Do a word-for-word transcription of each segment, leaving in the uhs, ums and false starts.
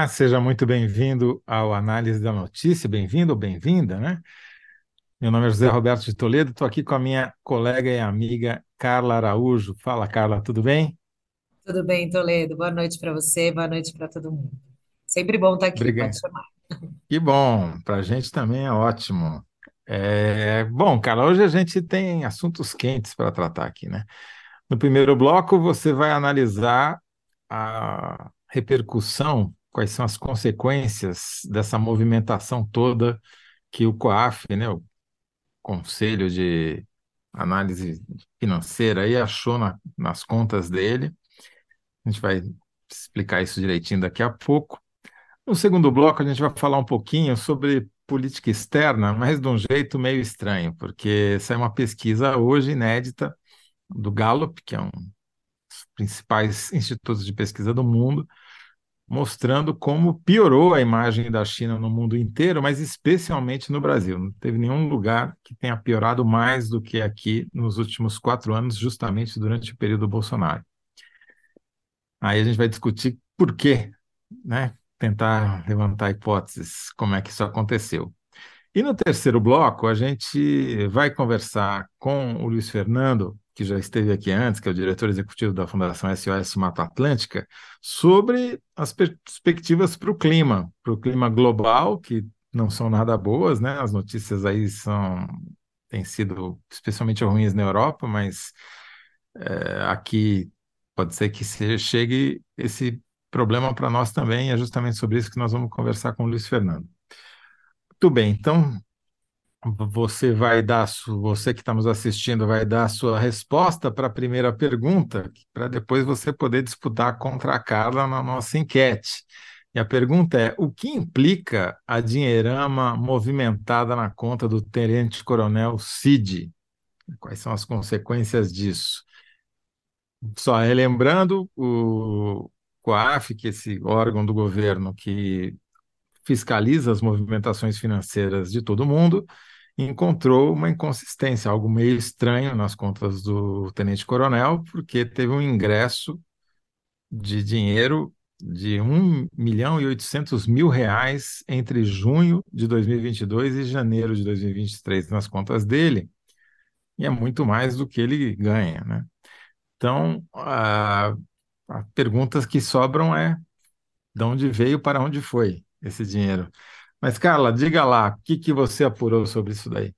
seja muito bem-vindo ao Análise da Notícia, bem-vindo ou bem-vinda, né? Meu nome é José Roberto de Toledo, estou aqui com a minha colega e amiga Carla Araújo. Fala, Carla, tudo bem? Tudo bem, Toledo? Boa noite para você, boa noite para todo mundo. Sempre bom estar aqui, pode Obrigado. chamar. Que bom, para a gente também é ótimo. É, bom, Carla, hoje a gente tem assuntos quentes para tratar aqui, né? No primeiro bloco, você vai analisar a repercussão, quais são as consequências dessa movimentação toda que o COAF, né, Conselho de Análise Financeira, aí achou na- nas contas dele. A gente vai explicar isso direitinho daqui a pouco. No segundo bloco, a gente vai falar um pouquinho sobre política externa, mas de um jeito meio estranho, porque saiu uma pesquisa hoje inédita do Gallup, que é um dos principais institutos de pesquisa do mundo, mostrando como piorou a imagem da China no mundo inteiro, mas especialmente no Brasil. Não teve nenhum lugar que tenha piorado mais do que aqui nos últimos quatro anos, justamente durante o período Bolsonaro. Aí a gente vai discutir por quê, né? Tentar levantar hipóteses, como é que isso aconteceu. E no terceiro bloco, a gente vai conversar com o Luiz Fernando, que já esteve aqui antes, que é o diretor executivo da Fundação S O S Mata Atlântica, sobre as perspectivas para o clima, para o clima global, que não são nada boas, né? As notícias aí são, têm sido especialmente ruins na Europa, mas é, aqui pode ser que se- chegue esse problema para nós também, e é justamente sobre isso que nós vamos conversar com o Luiz Fernando. Muito bem, então você vai dar, a su- você que está nos assistindo, vai dar a sua resposta para a primeira pergunta, para depois você poder disputar contra a Carla na nossa enquete. E a pergunta é: o que implica a dinheirama movimentada na conta do tenente-coronel Cid? Quais são as consequências disso? Só relembrando, o COAF, que é esse órgão do governo que fiscaliza as movimentações financeiras de todo mundo, encontrou uma inconsistência, algo meio estranho nas contas do tenente-coronel, porque teve um ingresso de dinheiro de um milhão e oitocentos mil reais entre junho de dois mil e vinte e dois e janeiro de dois mil e vinte e três nas contas dele, e é muito mais do que ele ganha, né? Então, a, a pergunta que sobram é de onde veio, para onde foi esse dinheiro. Mas, Carla, diga lá, o que que você apurou sobre isso daí?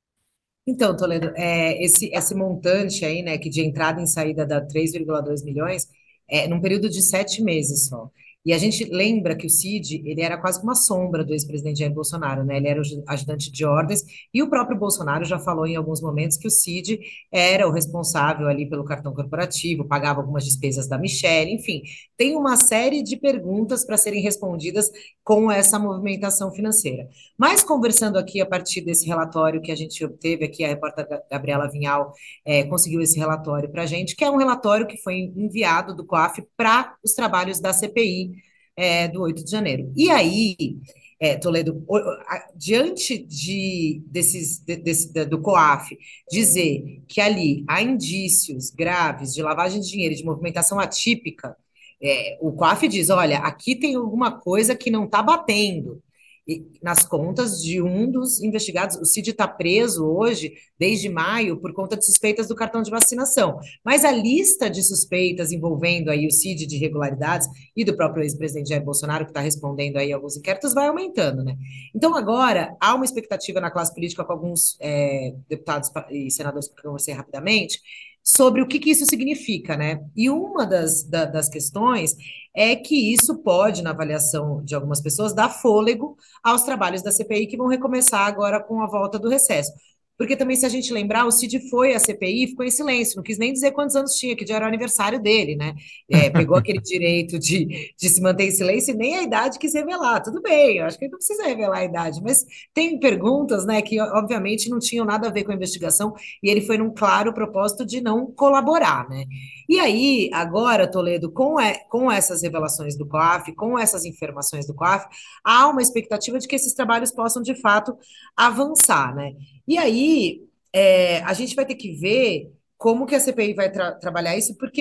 Então, Toledo, é, esse, esse montante aí, né, que de entrada e saída dá três vírgula dois milhões, é num período de sete meses só. E a gente lembra que o Cid, ele era quase que uma sombra do ex-presidente Jair Bolsonaro, né? Ele era o ju- ajudante de ordens, e o próprio Bolsonaro já falou em alguns momentos que o Cid era o responsável ali pelo cartão corporativo, pagava algumas despesas da Michelle, enfim. Tem uma série de perguntas para serem respondidas com essa movimentação financeira. Mas conversando aqui a partir desse relatório que a gente obteve aqui, a repórter Gabriela Vinhal eh, conseguiu esse relatório para a gente, que é um relatório que foi enviado do COAF para os trabalhos da C P I eh, do oito de janeiro. E aí, eh, Toledo, o- a- diante de, desses, de- desse, da- do COAF dizer que ali há indícios graves de lavagem de dinheiro e de movimentação atípica, eh, o COAF diz: olha, aqui tem alguma coisa que não está batendo e- nas contas de um dos investigados. O Cid está preso hoje, desde maio, por conta de suspeitas do cartão de vacinação. Mas a lista de suspeitas envolvendo aí o Cid de irregularidades e do próprio ex-presidente Jair Bolsonaro, que está respondendo aí alguns inquéritos, vai aumentando, né? Então, agora, há uma expectativa na classe política com alguns é, deputados e senadores que eu conversei rapidamente, sobre o que, que isso significa, né? E uma das, da, das questões é que isso pode, na avaliação de algumas pessoas, dar fôlego aos trabalhos da C P I que vão recomeçar agora com a volta do recesso. Porque também, se a gente lembrar, o Cid foi à C P I e ficou em silêncio, não quis nem dizer quantos anos tinha, que já era o aniversário dele, né? É, pegou aquele direito de, de se manter em silêncio e nem a idade quis revelar. Tudo bem, eu acho que ele não precisa revelar a idade, mas tem perguntas, né, que obviamente não tinham nada a ver com a investigação e ele foi num claro propósito de não colaborar, né? E aí, agora, Toledo, com, é, com essas revelações do COAF, com essas informações do COAF, há uma expectativa de que esses trabalhos possam, de fato, avançar, né? E aí, é, a gente vai ter que ver como que a C P I vai tra trabalhar isso, porque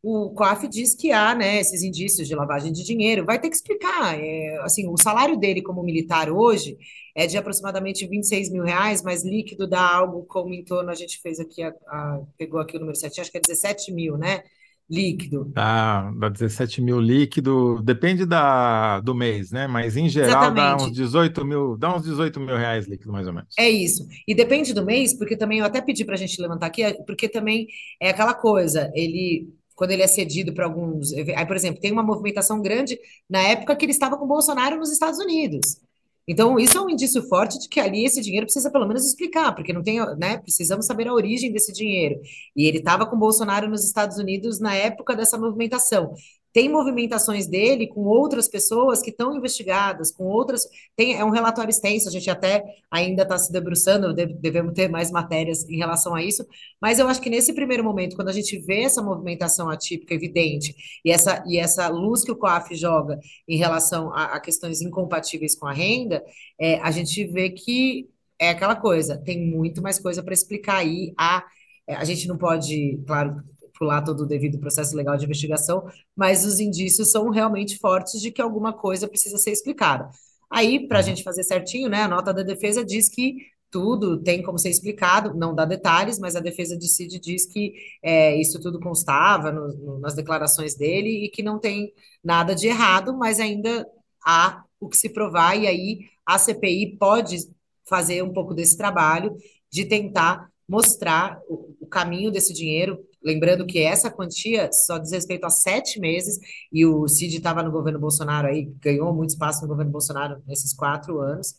o COAF diz que há, né, esses indícios de lavagem de dinheiro. Vai ter que explicar. É, assim, o salário dele como militar hoje é de aproximadamente vinte e seis mil reais, mas líquido dá algo como em torno, a gente fez aqui, a, a- pegou aqui o número certinho, acho que é dezessete mil, né? Líquido. Dá, dá dezessete mil líquido, depende da, do mês, né? Mas em geral dá uns Exatamente. dezoito mil, dá uns dezoito mil reais líquido, mais ou menos. É isso. E depende do mês, porque também eu até pedi para a gente levantar aqui, é, porque também é aquela coisa, ele, quando ele é cedido para alguns. Aí, por exemplo, tem uma movimentação grande na época que ele estava com o Bolsonaro nos Estados Unidos. Então, isso é um indício forte de que ali esse dinheiro precisa pelo menos explicar, porque não tem, né? Precisamos saber a origem desse dinheiro. E ele estava com o Bolsonaro nos Estados Unidos na época dessa movimentação. Tem movimentações dele com outras pessoas que estão investigadas, com outras. Tem, é um relatório extenso, a gente até ainda está se debruçando, deve- devemos ter mais matérias em relação a isso, mas eu acho que nesse primeiro momento, quando a gente vê essa movimentação atípica evidente e essa, e essa luz que o COAF joga em relação a, a questões incompatíveis com a renda, é, a gente vê que é aquela coisa, tem muito mais coisa para explicar aí. A, é, a gente não pode, claro, pular todo o devido processo legal de investigação, mas os indícios são realmente fortes de que alguma coisa precisa ser explicada. Aí, para a Uhum. gente fazer certinho, né, a nota da defesa diz que tudo tem como ser explicado, não dá detalhes, mas a defesa de Cid diz que é, isso tudo constava no- no- nas declarações dele e que não tem nada de errado, mas ainda há o que se provar, e aí a C P I pode fazer um pouco desse trabalho de tentar mostrar o, o caminho desse dinheiro. Lembrando que essa quantia só diz respeito a sete meses, e o Cid estava no governo Bolsonaro aí, ganhou muito espaço no governo Bolsonaro nesses quatro anos.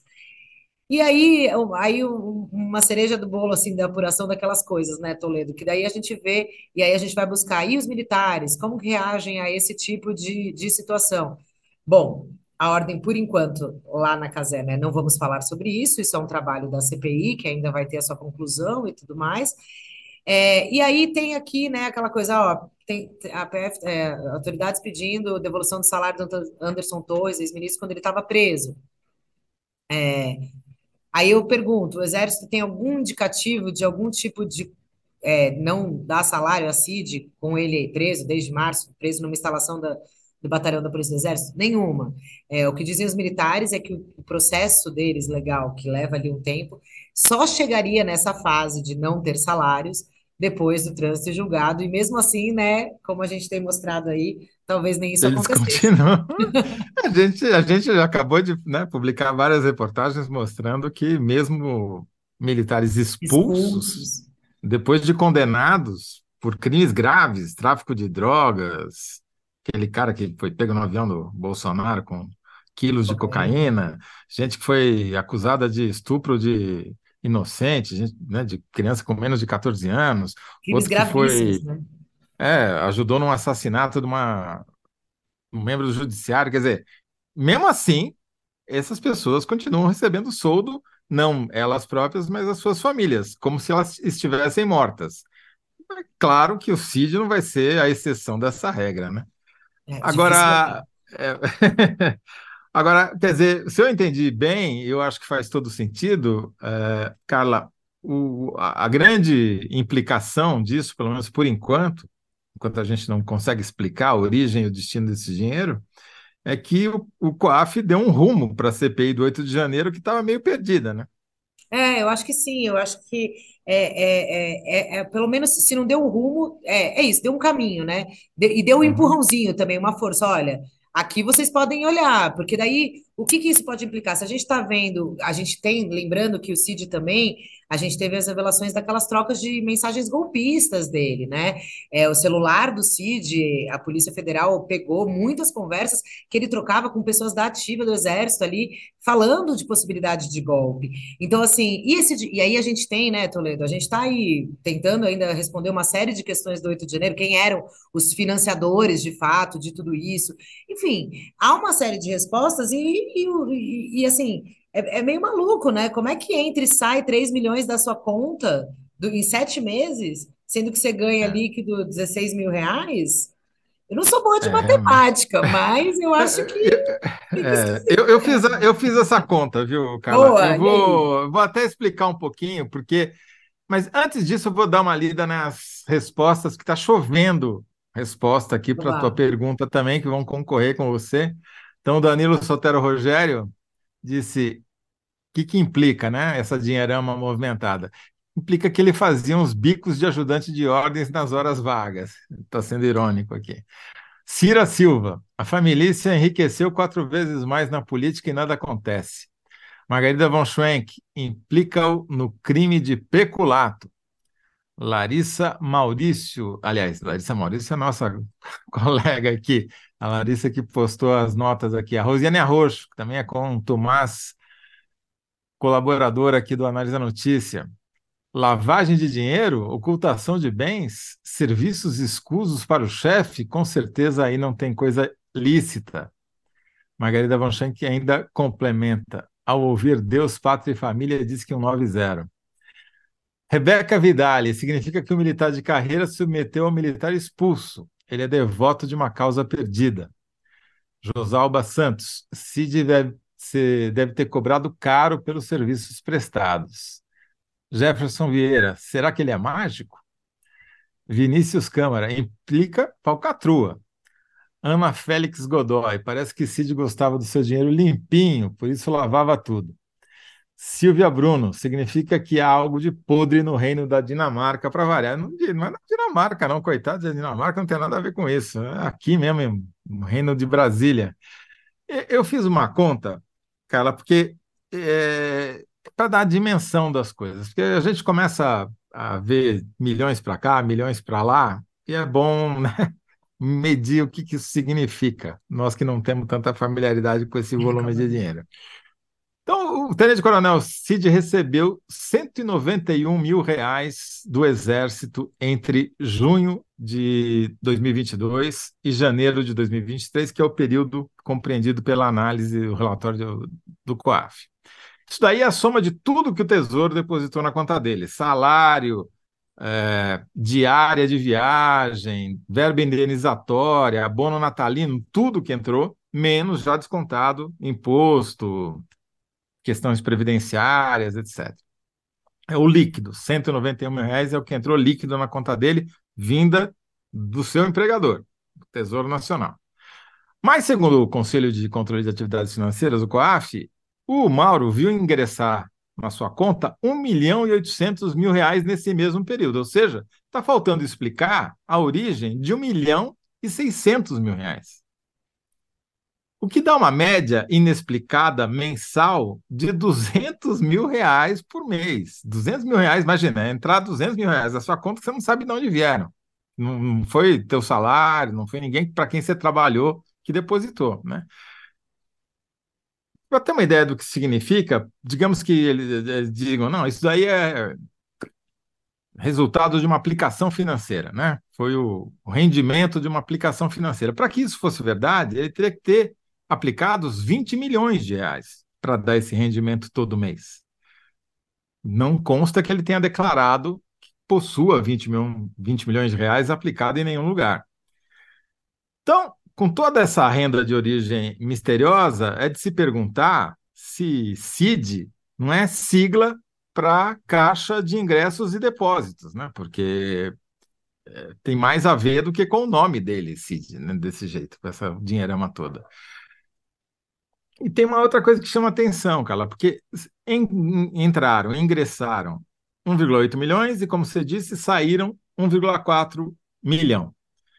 E aí, um- aí um- uma cereja do bolo, assim, da apuração daquelas coisas, né, Toledo? Que daí a gente vê, e aí a gente vai buscar, e os militares, como que reagem a esse tipo de, de situação? Bom, a ordem, por enquanto, lá na Casé, né, não vamos falar sobre isso, isso é um trabalho da C P I, que ainda vai ter a sua conclusão e tudo mais. É, e aí tem aqui, né, aquela coisa, ó, tem a P F, é, autoridades pedindo devolução do salário do Anderson Torres, ex-ministro, quando ele estava preso. Aí eu pergunto, o Exército tem algum indicativo de algum tipo de é, não dar salário a Cid com ele preso desde março, preso numa instalação da, do batalhão da Polícia do Exército? Nenhuma. É, o que dizem os militares é que o, o processo deles legal, que leva ali um tempo, só chegaria nessa fase de não ter salários depois do trânsito julgado, e mesmo assim, né, como a gente tem mostrado aí, talvez nem isso Eles acontecesse. continuam. A gente, a gente já acabou de, né, publicar várias reportagens mostrando que mesmo militares expulsos, Expulsos. depois de condenados por crimes graves, tráfico de drogas, aquele cara que foi pego no avião do Bolsonaro com quilos de Cocaína. cocaína, gente que foi acusada de estupro de inocente, gente, né, de criança com menos de catorze anos, Crimes outro que gravíssimos, foi, né? é, ajudou num assassinato de uma um membro do judiciário, quer dizer, mesmo assim, essas pessoas continuam recebendo soldo, não elas próprias, mas as suas famílias, como se elas estivessem mortas. É claro que o Cid não vai ser a exceção dessa regra, né? É, Agora, dificilmente. é, agora, quer dizer, se eu entendi bem, eu acho que faz todo sentido, é, Carla, o- a, a grande implicação disso, pelo menos por enquanto, enquanto a gente não consegue explicar a origem e o destino desse dinheiro, é que o, o COAF deu um rumo para a C P I do oito de janeiro que estava meio perdida, né? É, eu acho que sim, eu acho que é, é, é, é- é, pelo menos se não deu o rumo, é, é isso, deu um caminho, né? De- e deu um Uhum. empurrãozinho também, uma força. Olha, aqui vocês podem olhar, porque daí o que que isso pode implicar? Se a gente está vendo, a gente tem, lembrando que o Cid também, a gente teve as revelações daquelas trocas de mensagens golpistas dele, né? É, o celular do Cid, a Polícia Federal pegou muitas conversas que ele trocava com pessoas da ativa do Exército ali, falando de possibilidade de golpe. Então, assim, e, esse, e aí a gente tem, né, Toledo, a gente está aí tentando ainda responder uma série de questões do oito de janeiro, quem eram os financiadores de fato de tudo isso. Enfim, há uma série de respostas e, e, e- e, assim, é, é meio maluco, né? Como é que entra e sai três milhões da sua conta do- em sete meses, sendo que você ganha É, líquido dezesseis mil reais? Eu não sou boa de é, realmente. matemática, mas eu acho que fica É, eu, eu fiz, a- esquisito. eu fiz essa conta, viu, Carla? Eu Boa, e aí? vou, vou até explicar um pouquinho, porque. Mas antes disso, eu vou dar uma lida nas respostas, que está chovendo resposta aqui para a tua Oba. pergunta também, que vão concorrer com você. Então, o Danilo Sotero Rogério disse: o que que implica, né, essa dinheirama movimentada? Implica que ele fazia uns bicos de ajudante de ordens nas horas vagas. Está sendo irônico aqui. Cira Silva: a família enriqueceu quatro vezes mais na política e nada acontece. Margarida von Schwenk: implica-o no crime de peculato. Larissa Maurício, aliás, Larissa Maurício é nossa colega aqui, a Larissa que postou as notas aqui. A Rosiane Arroxo, que também é com o Tomás, colaboradora aqui do Análise da Notícia. Lavagem de dinheiro, ocultação de bens, serviços escusos para o chefe, com certeza aí não tem coisa lícita. Margarida Von Schenck ainda complementa: ao ouvir Deus, Pátria e Família, diz que um noventa. Rebeca Vidali: significa que o militar de carreira se submeteu ao militar expulso. Ele é devoto de uma causa perdida. Josalba Santos: Cid deve, se- deve ter cobrado caro pelos serviços prestados. Jefferson Vieira: será que ele é mágico? Vinícius Câmara: implica falcatrua. Ana Félix Godoy: parece que Cid gostava do seu dinheiro limpinho, por isso lavava tudo. Silvia Bruno: significa que há algo de podre no reino da Dinamarca, para variar. Não, não é na Dinamarca, não, coitado da Dinamarca, não tem nada a ver com isso. É aqui mesmo, no reino de Brasília. E- Eu fiz uma conta, cara, porque é, para dar a dimensão das coisas, porque a gente começa a, a ver milhões para cá, milhões para lá, e é bom, né, medir o que que isso significa, nós que não temos tanta familiaridade com esse É, volume calma de aí. dinheiro. Então, o tenente-coronel Cid recebeu cento e noventa e um mil reais do Exército entre junho de dois mil e vinte e dois e janeiro de dois mil e vinte e três, que é o período compreendido pela análise, o relatório do, do COAF. Isso daí é a soma de tudo que o Tesouro depositou na conta dele: salário, é, diária de viagem, verba indenizatória, abono natalino, tudo que entrou, menos já descontado imposto, questões previdenciárias, etcétera. É o líquido, cento e noventa e um mil reais é o que entrou líquido na conta dele, vinda do seu empregador, do Tesouro Nacional. Mas, segundo o Conselho de Controle de Atividades Financeiras, o COAF, o Mauro viu ingressar na sua conta um milhão e oitocentos mil reais nesse mesmo período, ou seja, está faltando explicar a origem de um milhão e seiscentos mil reais. O que dá uma média inexplicada mensal de duzentos mil reais por mês. duzentos mil reais, imagina, entrar duzentos mil reais na sua conta que você não sabe de onde vieram. Não, não foi teu salário, não foi ninguém para quem você trabalhou que depositou, né? Para ter uma ideia do que significa, digamos que eles, eles digam: não, isso daí é resultado de uma aplicação financeira, né? Foi o, o rendimento de uma aplicação financeira. Para que isso fosse verdade, ele teria que ter aplicado os vinte milhões de reais para dar esse rendimento todo mês. Não consta que ele tenha declarado que possua vinte mil, vinte milhões de reais aplicado em nenhum lugar. Então, com toda essa renda de origem misteriosa, é de se perguntar se CID não é sigla para Caixa de Ingressos e Depósitos, né? Porque tem mais a ver do que com o nome dele, Cid, né? Desse jeito, com essa dinheirama toda. E tem uma outra coisa que chama atenção, Carla, porque em- em- entraram, ingressaram um vírgula oito milhões e, como você disse, saíram um vírgula quatro milhão.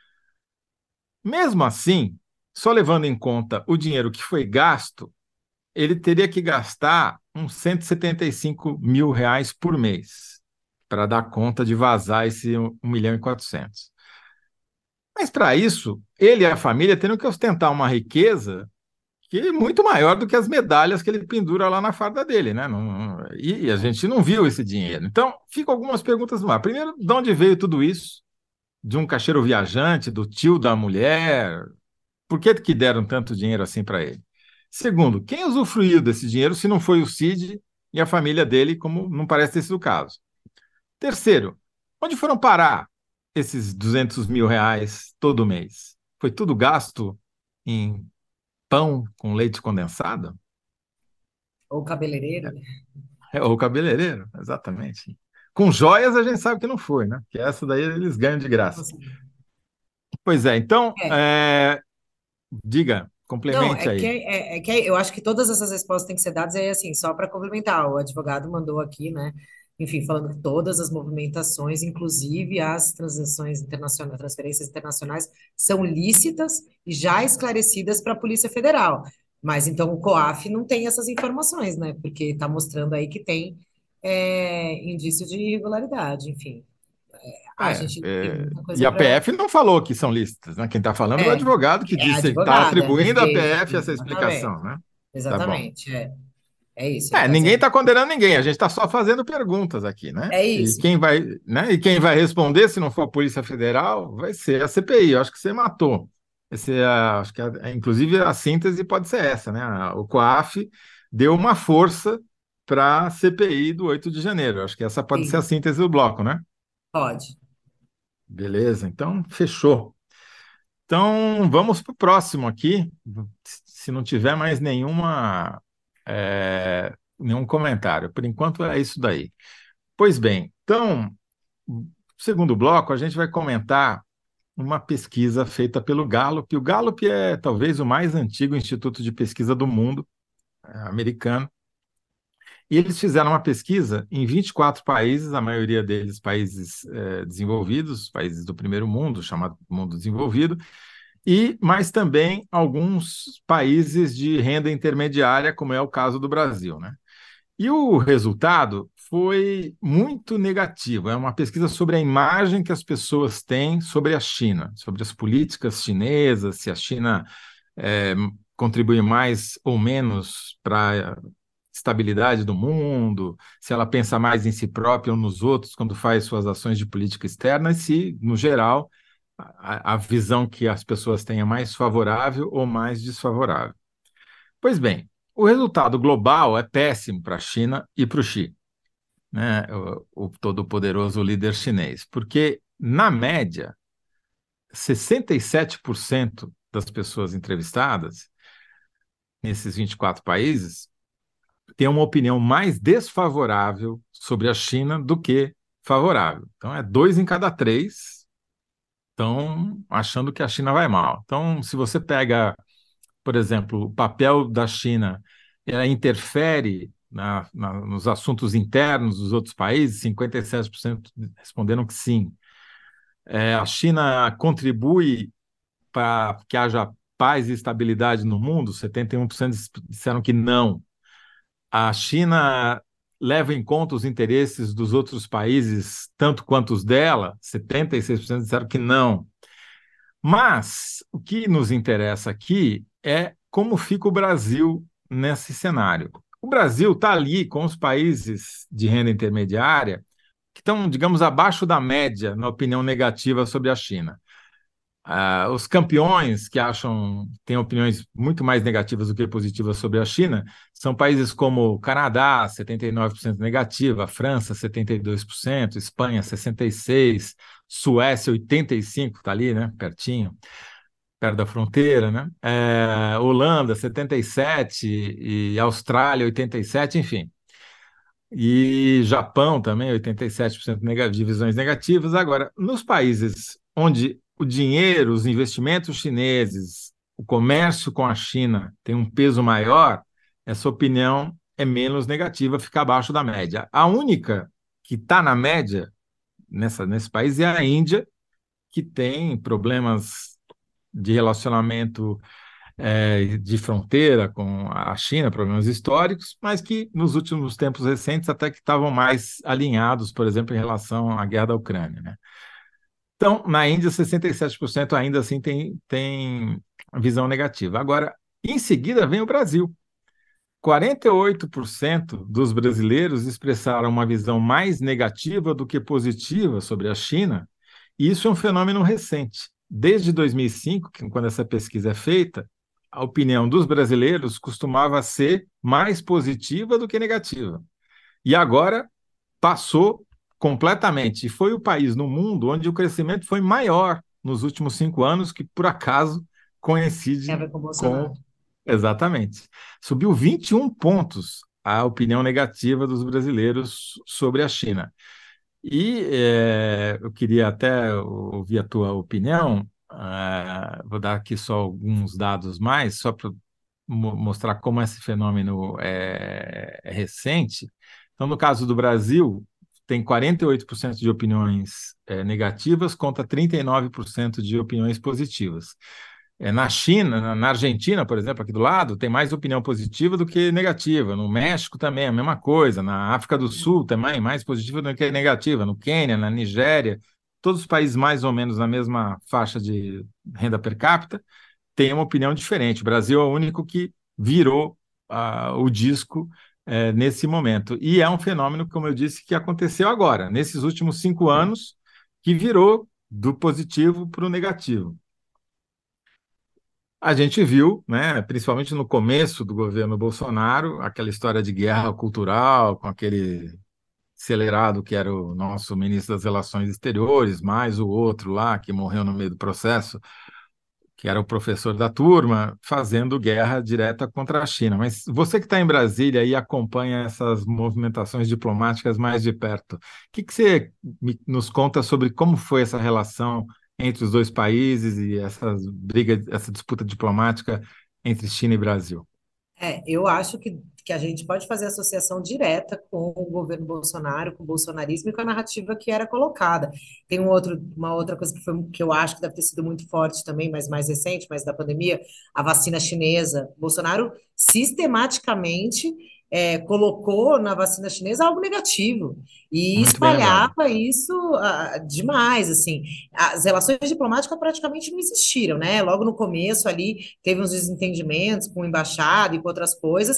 Mesmo assim, só levando em conta o dinheiro que foi gasto, ele teria que gastar uns cento e setenta e cinco mil reais por mês para dar conta de vazar esse um milhão e quatrocentos. Mas para isso, ele e a família teriam que ostentar uma riqueza que é muito maior do que as medalhas que ele pendura lá na farda dele, né? Não- e a gente não viu esse dinheiro. Então, ficam algumas perguntas no ar. Primeiro, de onde veio tudo isso? De um caixeiro viajante, do tio da mulher? Por que que deram tanto dinheiro assim para ele? Segundo, quem usufruiu desse dinheiro se não foi o Cid e a família dele, como não parece ter sido o caso? Terceiro, onde foram parar esses duzentos mil reais todo mês? Foi tudo gasto em pão com leite condensado? Ou cabeleireiro, né? É, ou cabeleireiro, exatamente. Com joias a gente sabe que não foi, né? Que essa daí eles ganham de graça. Nossa, Pois é, então, É, é, diga, não, complemente é que, aí. é, é que eu acho que todas essas respostas têm que ser dadas, é assim, só para complementar, o advogado mandou aqui, né, enfim, falando que todas as movimentações, inclusive as transações internacionais, transferências internacionais, são lícitas e já esclarecidas para a Polícia Federal. Mas então o COAF não tem essas informações, né, porque está mostrando aí que tem é, indício de irregularidade, enfim. A É, gente tem é, muita e coisa a para. P F não falou que são lícitas, né? Quem está falando é o É, advogado que é a disse, está advogada, atribuindo à perfeito, P F essa exatamente. explicação, né? Tá bom. Exatamente, é. É isso, ele É, está ninguém dizendo. está condenando ninguém, a gente está só fazendo perguntas aqui, né? É E isso. quem vai, né? E quem vai responder, se não for a Polícia Federal, vai ser a C P I. Eu acho que você matou. Esse é, a- acho que é, inclusive a síntese pode ser essa, né? A- O COAF deu uma força para a C P I do oito de janeiro. Eu acho que essa pode ser a Sim, síntese do bloco, né? pode. Beleza, então fechou. Então vamos para o próximo aqui. Se não tiver mais nenhuma, é, nenhum comentário. Por enquanto é isso daí. Pois bem, então, no segundo bloco, a gente vai comentar uma pesquisa feita pelo Gallup. O Gallup é talvez o mais antigo instituto de pesquisa do mundo, é, americano. E eles fizeram uma pesquisa em vinte e quatro países, a maioria deles países é, desenvolvidos, países do primeiro mundo, chamado mundo desenvolvido, e mas também alguns países de renda intermediária, como é o caso do Brasil, né? E o resultado foi muito negativo. É uma pesquisa sobre a imagem que as pessoas têm sobre a China, sobre as políticas chinesas, se a China é, contribui mais ou menos para a estabilidade do mundo, se ela pensa mais em si própria ou nos outros quando faz suas ações de política externa, e se, no geral, a, a visão que as pessoas têm é mais favorável ou mais desfavorável. Pois bem, o resultado global é péssimo para a China e para o Xi, né, o, o todo-poderoso líder chinês, porque, na média, sessenta e sete por cento das pessoas entrevistadas nesses vinte e quatro países têm uma opinião mais desfavorável sobre a China do que favorável. Então, é dois em cada três estão achando que a China vai mal. Então, se você pega, por exemplo, o papel da China, ela interfere na, na, nos assuntos internos dos outros países, cinquenta e sete por cento responderam que sim. É, a China contribui para que haja paz e estabilidade no mundo, setenta e um por cento disseram que não. A China leva em conta os interesses dos outros países tanto quanto os dela, setenta e seis por cento disseram que não. Mas o que nos interessa aqui é como fica o Brasil nesse cenário. O Brasil está ali com os países de renda intermediária que estão, digamos, abaixo da média na opinião negativa sobre a China. Ah, os campeões que acham, têm opiniões muito mais negativas do que positivas sobre a China, são países como Canadá, setenta e nove por cento negativa, França, setenta e dois por cento, Espanha, sessenta e seis por cento, Suécia, oitenta e cinco por cento, está ali, né, pertinho, perto da fronteira, né? É, Holanda, setenta e sete por cento, e Austrália, oitenta e sete por cento, enfim. E Japão também, oitenta e sete por cento nega- de visões negativas. Agora, nos países onde o dinheiro, os investimentos chineses, o comércio com a China tem um peso maior, essa opinião é menos negativa, fica abaixo da média. A única que está na média nessa, nesse país é a Índia, que tem problemas de relacionamento é, de fronteira com a China, problemas históricos, mas que nos últimos tempos recentes até que estavam mais alinhados, por exemplo, em relação à guerra da Ucrânia, né? Então, na Índia, sessenta e sete por cento ainda assim tem, tem visão negativa. Agora, em seguida vem o Brasil. quarenta e oito por cento dos brasileiros expressaram uma visão mais negativa do que positiva sobre a China, e isso é um fenômeno recente. Desde dois mil e cinco, quando essa pesquisa é feita, a opinião dos brasileiros costumava ser mais positiva do que negativa. E agora passou completamente. E foi o país no mundo onde o crescimento foi maior nos últimos cinco anos, que por acaso Tem a coincide ver com o com. Bolsonaro. Exatamente. Subiu vinte e um pontos a opinião negativa dos brasileiros sobre a China. E é, eu queria até ouvir a tua opinião. Ah, vou dar aqui só alguns dados mais, só para mostrar como esse fenômeno é, é recente. Então, no caso do Brasil, tem quarenta e oito por cento de opiniões é, negativas contra trinta e nove por cento de opiniões positivas. É, na China, na, na Argentina, por exemplo, aqui do lado, tem mais opinião positiva do que negativa. No México também, a mesma coisa. Na África do Sul também, mais positiva do que negativa. No Quênia, na Nigéria, todos os países mais ou menos na mesma faixa de renda per capita têm uma opinião diferente. O Brasil é o único que virou ah, o disco eh, nesse momento. E é um fenômeno, como eu disse, que aconteceu agora, nesses últimos cinco anos, que virou do positivo para o negativo. A gente viu, né, principalmente no começo do governo Bolsonaro, aquela história de guerra cultural, com aquele acelerado que era o nosso ministro das Relações Exteriores, mais o outro lá que morreu no meio do processo, que era o professor da turma, fazendo guerra direta contra a China. Mas você que está em Brasília e acompanha essas movimentações diplomáticas mais de perto, o que que você me- nos conta sobre como foi essa relação entre os dois países e essa briga, essa disputa diplomática entre China e Brasil? É, eu acho que, que a gente pode fazer associação direta com o governo Bolsonaro, com o bolsonarismo e com a narrativa que era colocada. Tem um outro, uma outra coisa que, foi, que eu acho que deve ter sido muito forte também, mas mais recente, mas da pandemia, a vacina chinesa. Bolsonaro sistematicamente é, colocou na vacina chinesa algo negativo e Muito bem lembrado. espalhava isso ah, demais, assim. As relações diplomáticas praticamente não existiram, né? Logo no começo ali teve uns desentendimentos com embaixada e com outras coisas,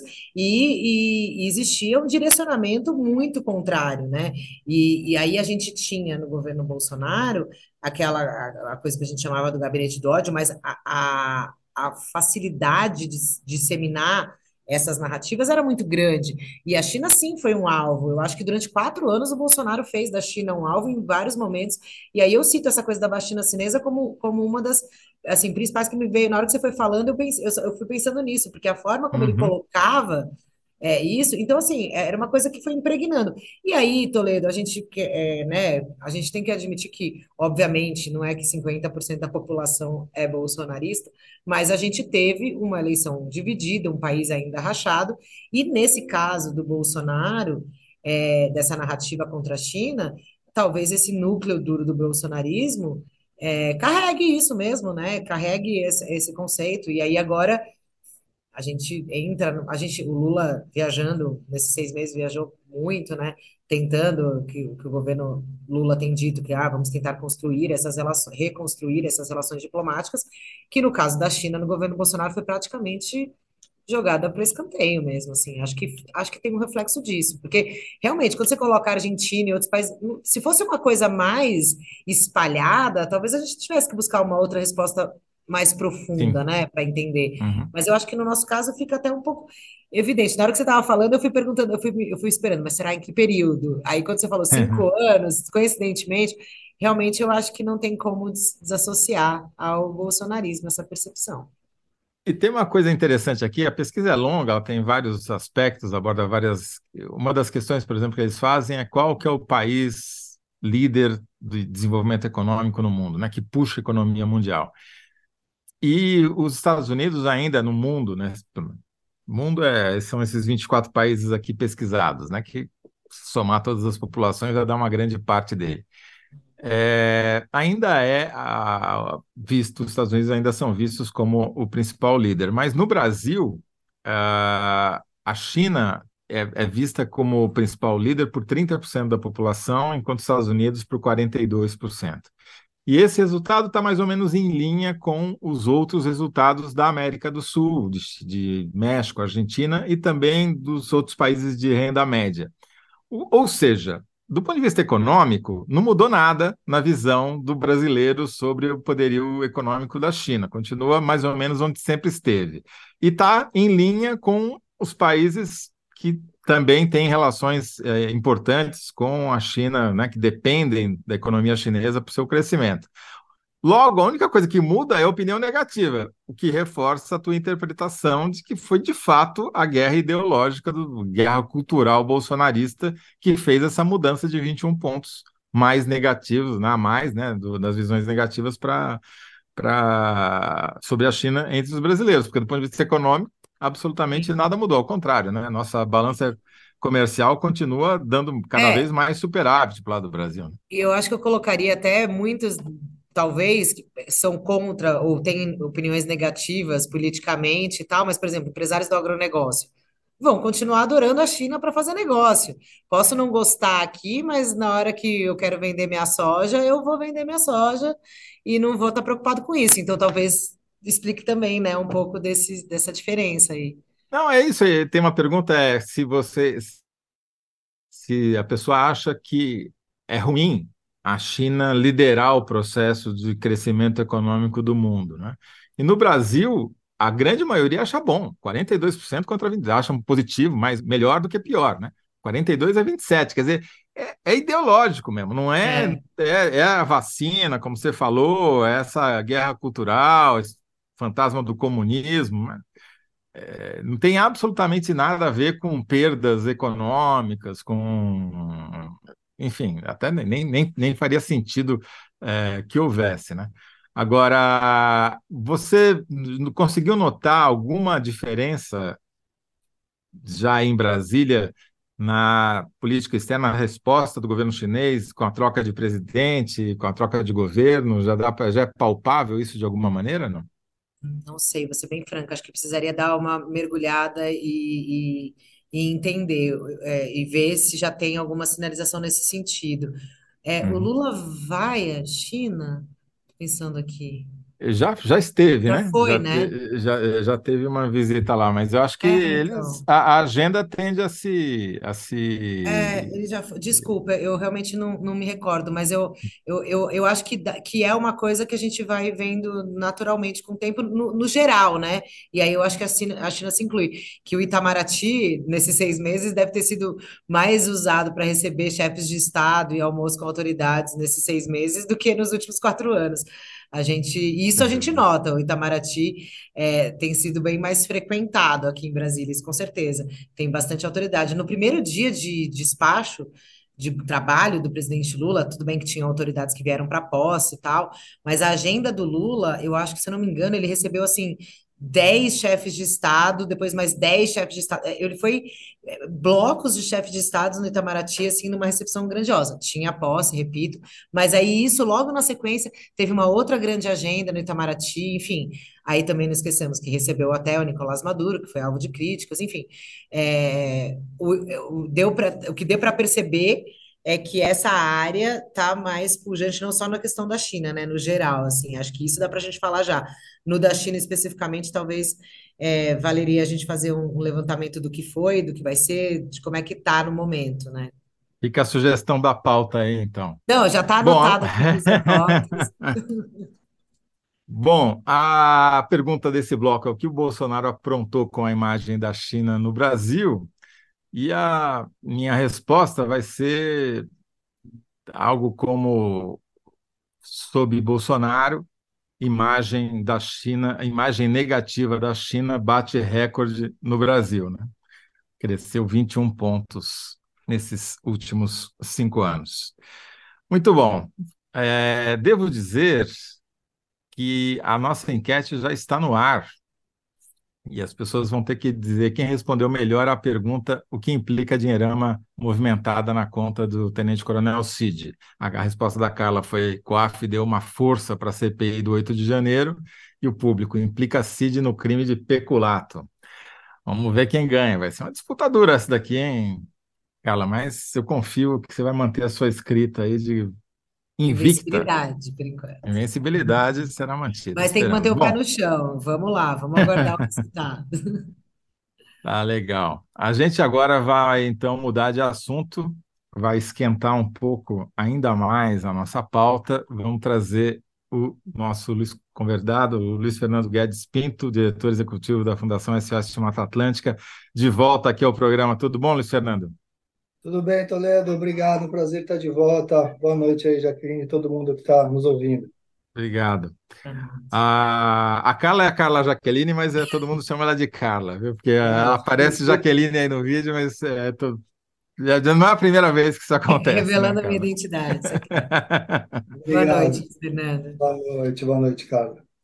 e, e, e existia um direcionamento muito contrário, né? E, e aí a gente tinha no governo Bolsonaro aquela a, a coisa que a gente chamava do gabinete do ódio, mas a, a, a facilidade de disseminar essas narrativas era muito grande. E a China, sim, foi um alvo. Eu acho que durante quatro anos o Bolsonaro fez da China um alvo em vários momentos. E aí eu cito essa coisa da vacina chinesa como, como uma das assim, principais que me veio na hora que você foi falando, eu, pensei, eu, eu fui pensando nisso, porque a forma como ele Uhum. colocava é, isso, então assim, era uma coisa que foi impregnando. E aí, Toledo, a gente, que- é, né, a gente tem que admitir que, obviamente, não é que cinquenta por cento da população é bolsonarista, mas a gente teve uma eleição dividida, um país ainda rachado, e nesse caso do Bolsonaro, é, dessa narrativa contra a China, talvez esse núcleo duro do bolsonarismo é, carregue isso mesmo, né? Carregue esse, esse conceito. E aí agora a gente entra, no- a gente, o Lula viajando nesses seis meses viajou muito, né? Tentando que, que o governo Lula tem dito que ah, vamos tentar construir essas relações, reconstruir essas relações diplomáticas, que no caso da China, no governo Bolsonaro, foi praticamente jogada para escanteio mesmo, assim. Acho que acho que tem um reflexo disso, porque realmente quando você coloca a Argentina e outros países, se fosse uma coisa mais espalhada, talvez a gente tivesse que buscar uma outra resposta mais profunda, Sim. né, para entender. Uhum. Mas eu acho que no nosso caso fica até um pouco evidente. Na hora que você estava falando, eu fui perguntando, eu fui, eu fui esperando, mas será em que período? Aí quando você falou cinco anos, coincidentemente, realmente eu acho que não tem como des- desassociar ao bolsonarismo essa percepção. E tem uma coisa interessante aqui, a pesquisa é longa, ela tem vários aspectos, aborda várias. Uma das questões, por exemplo, que eles fazem é qual que é o país líder de desenvolvimento econômico no mundo, né, que puxa a economia mundial. E os Estados Unidos ainda no mundo, né, o mundo é, são esses vinte e quatro países aqui pesquisados, né, que somar todas as populações vai dar uma grande parte dele. É, ainda é a- visto, os Estados Unidos ainda são vistos como o principal líder, mas no Brasil, ah, a China é, é vista como o principal líder por trinta por cento da população, enquanto os Estados Unidos por quarenta e dois por cento. E esse resultado está mais ou menos em linha com os outros resultados da América do Sul, de, de México, Argentina e também dos outros países de renda média. Ou ou seja, do ponto de vista econômico, não mudou nada na visão do brasileiro sobre o poderio econômico da China. Continua mais ou menos onde sempre esteve. E está em linha com os países que também têm relações eh, importantes com a China, né, que dependem da economia chinesa para o seu crescimento. Logo, a única coisa que muda é a opinião negativa, o que reforça a tua interpretação de que foi de fato a guerra ideológica, do, guerra cultural bolsonarista, que fez essa mudança de vinte e um pontos mais negativos, né, a mais, né, do- das visões negativas para pra, sobre a China entre os brasileiros, porque do ponto de vista econômico, absolutamente nada mudou, ao contrário, né? Nossa balança comercial continua dando cada vez É, mais superávit para o lado do Brasil, né? e eu acho que eu colocaria até muitos, talvez, que são contra ou têm opiniões negativas politicamente e tal, mas, por exemplo, empresários do agronegócio vão continuar adorando a China para fazer negócio. Posso não gostar aqui, mas na hora que eu quero vender minha soja, eu vou vender minha soja e não vou estar preocupado com isso. Então, talvez explique também, né, um pouco desse, dessa diferença aí. Não, é isso aí. Tem uma pergunta, é se você, se a pessoa acha que é ruim a China liderar o processo de crescimento econômico do mundo, né? E no Brasil, a grande maioria acha bom, quarenta e dois por cento contra vinte por cento, acham positivo, mas melhor do que pior, né? quarenta e dois a vinte e sete, quer dizer, é, é ideológico mesmo, não é, É, é, é a vacina, como você falou, é essa guerra cultural, esse fantasma do comunismo, né? Não tem absolutamente nada a ver com perdas econômicas, com. Enfim, até nem, nem, nem faria sentido é, que houvesse, né? Agora, você conseguiu notar alguma diferença já em Brasília na política externa, na resposta do governo chinês com a troca de presidente, com a troca de governo? Já dá pra, já é palpável isso de alguma maneira, não? não sei, vou ser bem franca, acho que precisaria dar uma mergulhada e, e- e entender, é, e ver se já tem alguma sinalização nesse sentido. É, o Uhum. Lula vai à China? Tô pensando aqui. Já, já esteve, Já né? foi, Já, né? te- já, já teve uma visita lá, mas eu acho que É, eles então. a, a agenda tende a se a É, se ele já foi. Desculpa, eu realmente não, não me recordo, mas eu, eu, eu, eu acho que, dá- que é uma coisa que a gente vai vendo naturalmente com o tempo, no, no geral, né? E aí eu acho que a China, a China se inclui. Que o Itamaraty, nesses seis meses, deve ter sido mais usado para receber chefes de Estado e almoço com autoridades nesses seis meses do que nos últimos quatro anos. A gente, e isso a sem gente dúvida. nota, o Itamaraty é, tem sido bem mais frequentado aqui em Brasília, isso com certeza tem bastante autoridade. No primeiro dia de despacho de trabalho do presidente Lula, tudo bem que tinha autoridades que vieram para posse e tal, mas a agenda do Lula, eu acho que, se eu não me engano, ele recebeu assim dez chefes de Estado, depois mais dez chefes de Estado. Ele foi eh, blocos de chefes de Estado no Itamaraty, assim, numa recepção grandiosa. Tinha posse, repito, mas aí isso, logo na sequência, teve uma outra grande agenda no Itamaraty, enfim. Aí também não esquecemos que recebeu até o Nicolás Maduro, que foi alvo de críticas, enfim. É, o, o, deu pra, o que deu para perceber é que essa área está mais pujante, não só na questão da China, né, no geral, assim, acho que isso dá para a gente falar já. No da China especificamente, talvez é, valeria a gente fazer um, um levantamento do que foi, do que vai ser, de como é que está no momento, né? Fica a sugestão da pauta aí, então. Não, já está Bom, a... anotado aqui nos anotos. Bom, a pergunta desse bloco é o que o Bolsonaro aprontou com a imagem da China no Brasil, e a minha resposta vai ser algo como sob Bolsonaro, imagem da China, a imagem negativa da China bate recorde no Brasil, né? Cresceu vinte e um pontos nesses últimos cinco anos. Muito bom. É, devo dizer que a nossa enquete já está no ar e as pessoas vão ter que dizer quem respondeu melhor à pergunta o que implica dinheirama movimentada na conta do Tenente Coronel Cid. A, a resposta da Carla foi: COAF deu uma força para a C P I do oito de janeiro, e o público implica Cid no crime de peculato. Vamos ver quem ganha. Vai ser uma disputa dura essa daqui, hein, Carla? Mas eu confio que você vai manter a sua escrita aí de invicta. Invencibilidade, por enquanto. Invencibilidade será mantida, Mas tem que manter esperamos. o pé Bom, no chão. Vamos lá, vamos aguardar o resultado. tá legal. A gente agora vai então mudar de assunto, vai esquentar um pouco ainda mais a nossa pauta. Vamos trazer o nosso Luiz convidado, o Luiz Fernando Guedes Pinto, diretor executivo da Fundação S O S Mata Atlântica, de volta aqui ao programa. Tudo bom, Luiz Fernando? Tudo bem, Toledo? Obrigado, um prazer estar de volta. Boa noite aí, Jaqueline, e todo mundo que está nos ouvindo. Obrigado. A, a Carla é a Carla Jaqueline, mas é, todo mundo chama ela de Carla, viu? Porque Ah, ela aparece desculpa. Jaqueline aí no vídeo, mas é, to- já já não é a primeira vez que isso acontece, né, Revelando a minha Carla? identidade. Secreta. Boa Obrigado. noite, Fernanda. Boa noite, boa noite, Carla.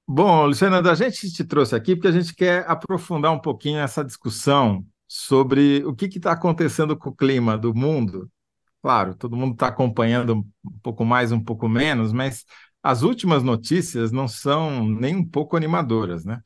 Bom, Luciana, a gente te trouxe aqui porque a gente quer aprofundar um pouquinho essa discussão sobre o que está acontecendo com o clima do mundo. Claro, todo mundo está acompanhando um pouco mais, um pouco menos, mas as últimas notícias não são nem um pouco animadoras, né?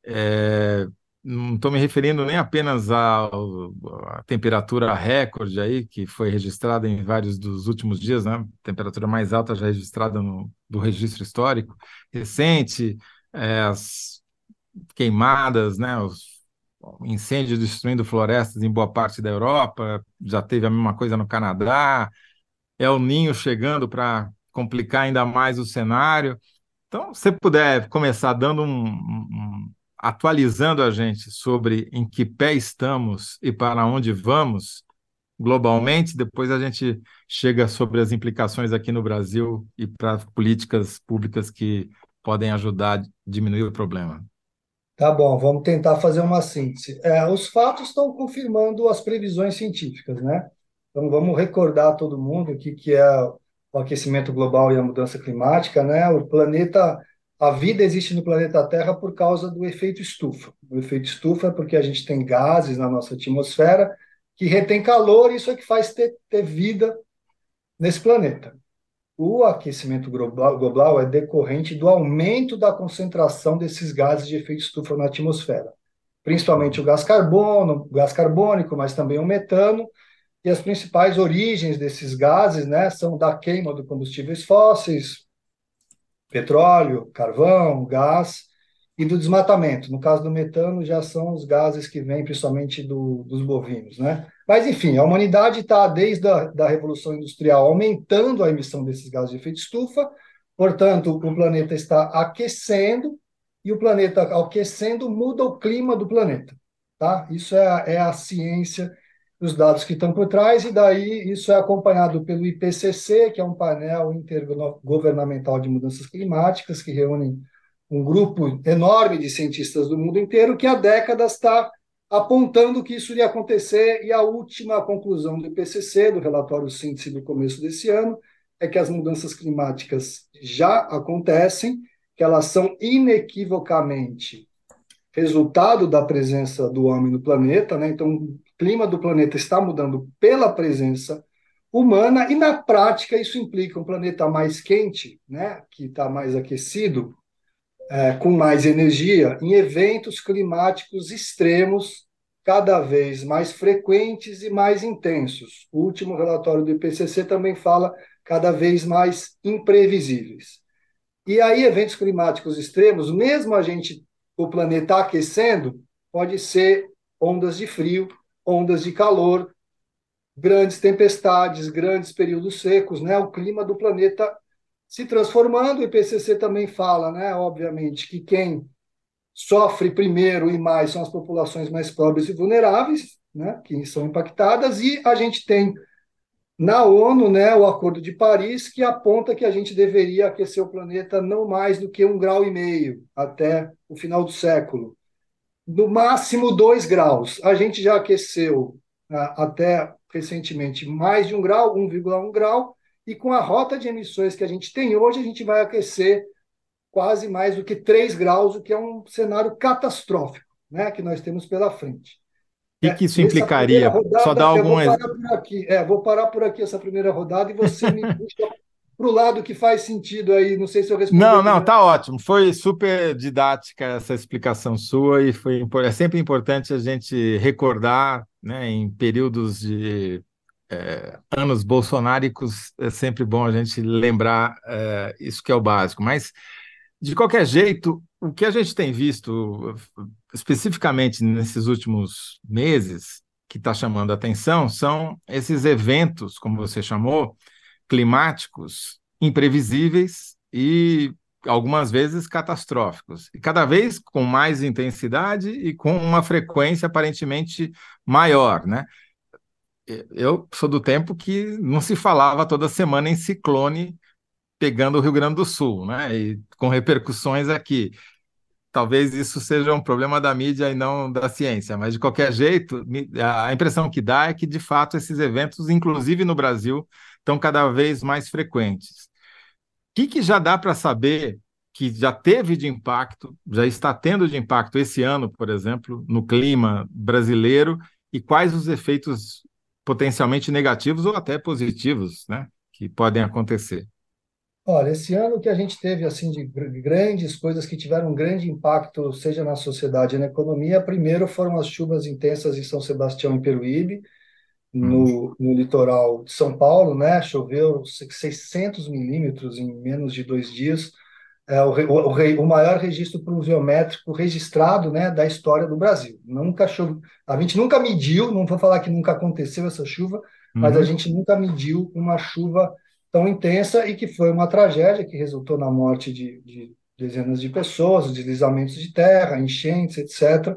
É, não estou me referindo nem apenas ao- à temperatura recorde aí, que foi registrada em vários dos últimos dias, né? Temperatura mais alta já registrada no, do registro histórico recente, é, as queimadas, né? Os incêndios destruindo florestas em boa parte da Europa, já teve a mesma coisa no Canadá, El Ninho chegando para complicar ainda mais o cenário. Então, se você puder começar dando um, um- um- atualizando a gente sobre em que pé estamos e para onde vamos globalmente, depois a gente chega sobre as implicações aqui no Brasil e para políticas públicas que podem ajudar a diminuir o problema. Tá bom, vamos tentar fazer uma síntese. É, os fatos estão confirmando as previsões científicas, né? Então vamos recordar todo mundo o que, que é o aquecimento global e a mudança climática, né? O planeta, a vida existe no planeta Terra por causa do efeito estufa. O efeito estufa é porque a gente tem gases na nossa atmosfera que retém calor, e isso é que faz ter, ter vida nesse planeta. O aquecimento global, global é decorrente do aumento da concentração desses gases de efeito estufa na atmosfera, principalmente o gás carbono, o gás carbônico, mas também o metano. E as principais origens desses gases, né, são da queima de combustíveis fósseis, petróleo, carvão, gás, e do desmatamento. No caso do metano, já são os gases que vêm principalmente do, dos bovinos, né? Mas, enfim, a humanidade está, desde a da Revolução Industrial, aumentando a emissão desses gases de efeito estufa, portanto, o planeta está aquecendo, e o planeta aquecendo muda o clima do planeta, tá? Isso é a, é a ciência, os dados que estão por trás, e daí isso é acompanhado pelo I P C C, que é um painel intergovernamental de mudanças climáticas, que reúne um grupo enorme de cientistas do mundo inteiro, que há décadas está apontando que isso iria acontecer, e a última conclusão do I P C C, do relatório síntese do começo desse ano, é que as mudanças climáticas já acontecem, que elas são inequivocamente resultado da presença do homem no planeta, né? Então, o clima do planeta está mudando pela presença humana, e na prática isso implica um planeta mais quente, né? Que está mais aquecido, é, com mais energia, em eventos climáticos extremos, cada vez mais frequentes e mais intensos. O último relatório do I P C C também fala cada vez mais imprevisíveis. E aí, eventos climáticos extremos, mesmo a gente, o planeta aquecendo, pode ser ondas de frio, ondas de calor, grandes tempestades, grandes períodos secos, né? O clima do planeta se transformando. O I P C C também fala, né, obviamente, que quem sofre primeiro e mais são as populações mais pobres e vulneráveis, né, que são impactadas, e a gente tem na ONU, né, o Acordo de Paris, que aponta que a gente deveria aquecer o planeta não mais do que um grau e meio até o final do século. No máximo dois graus. A gente já aqueceu ah, até recentemente mais de um grau, um vírgula um grau, e com a rota de emissões que a gente tem hoje, a gente vai aquecer quase mais do que três graus, o que é um cenário catastrófico, né, que nós temos pela frente. O que É, que isso nessa primeira implicaria? Só dar rodada, eu algum. vou parar por aqui. É, vou parar por aqui essa primeira rodada, e você me puxa para o lado que faz sentido aí. Não sei se eu respondi a Não, não, primeira. tá ótimo. Foi super didática essa explicação sua e foi impo- é sempre importante a gente recordar, né, em períodos de eh, anos bolsonáricos, é sempre bom a gente lembrar eh, isso que é o básico. Mas, de qualquer jeito, o que a gente tem visto especificamente nesses últimos meses, que está chamando a atenção, são esses eventos, como você chamou, climáticos imprevisíveis e algumas vezes catastróficos, e cada vez com mais intensidade e com uma frequência aparentemente maior, né? Eu sou do tempo que não se falava toda semana em ciclone pegando o Rio Grande do Sul, né? E com repercussões aqui. Talvez isso seja um problema da mídia e não da ciência, mas de qualquer jeito, a impressão que dá é que, de fato, esses eventos, inclusive no Brasil, estão cada vez mais frequentes. O que, que já dá para saber que já teve de impacto, já está tendo de impacto esse ano, por exemplo, no clima brasileiro, e quais os efeitos potencialmente negativos ou até positivos, né, que podem acontecer? Olha, esse ano que a gente teve assim de gr- grandes coisas que tiveram um grande impacto, seja na sociedade e na economia, primeiro foram as chuvas intensas em São Sebastião e Peruíbe, Uhum. no, no litoral de São Paulo, né? Choveu seiscentos milímetros em menos de dois dias. É o, re- o, re- o maior registro pluviométrico registrado, né, da história do Brasil. Nunca chove, a gente nunca mediu, não vou falar que nunca aconteceu essa chuva, mas a Uhum. gente nunca mediu uma chuva tão intensa e que foi uma tragédia que resultou na morte de, de dezenas de pessoas, deslizamentos de terra, enchentes, etcétera,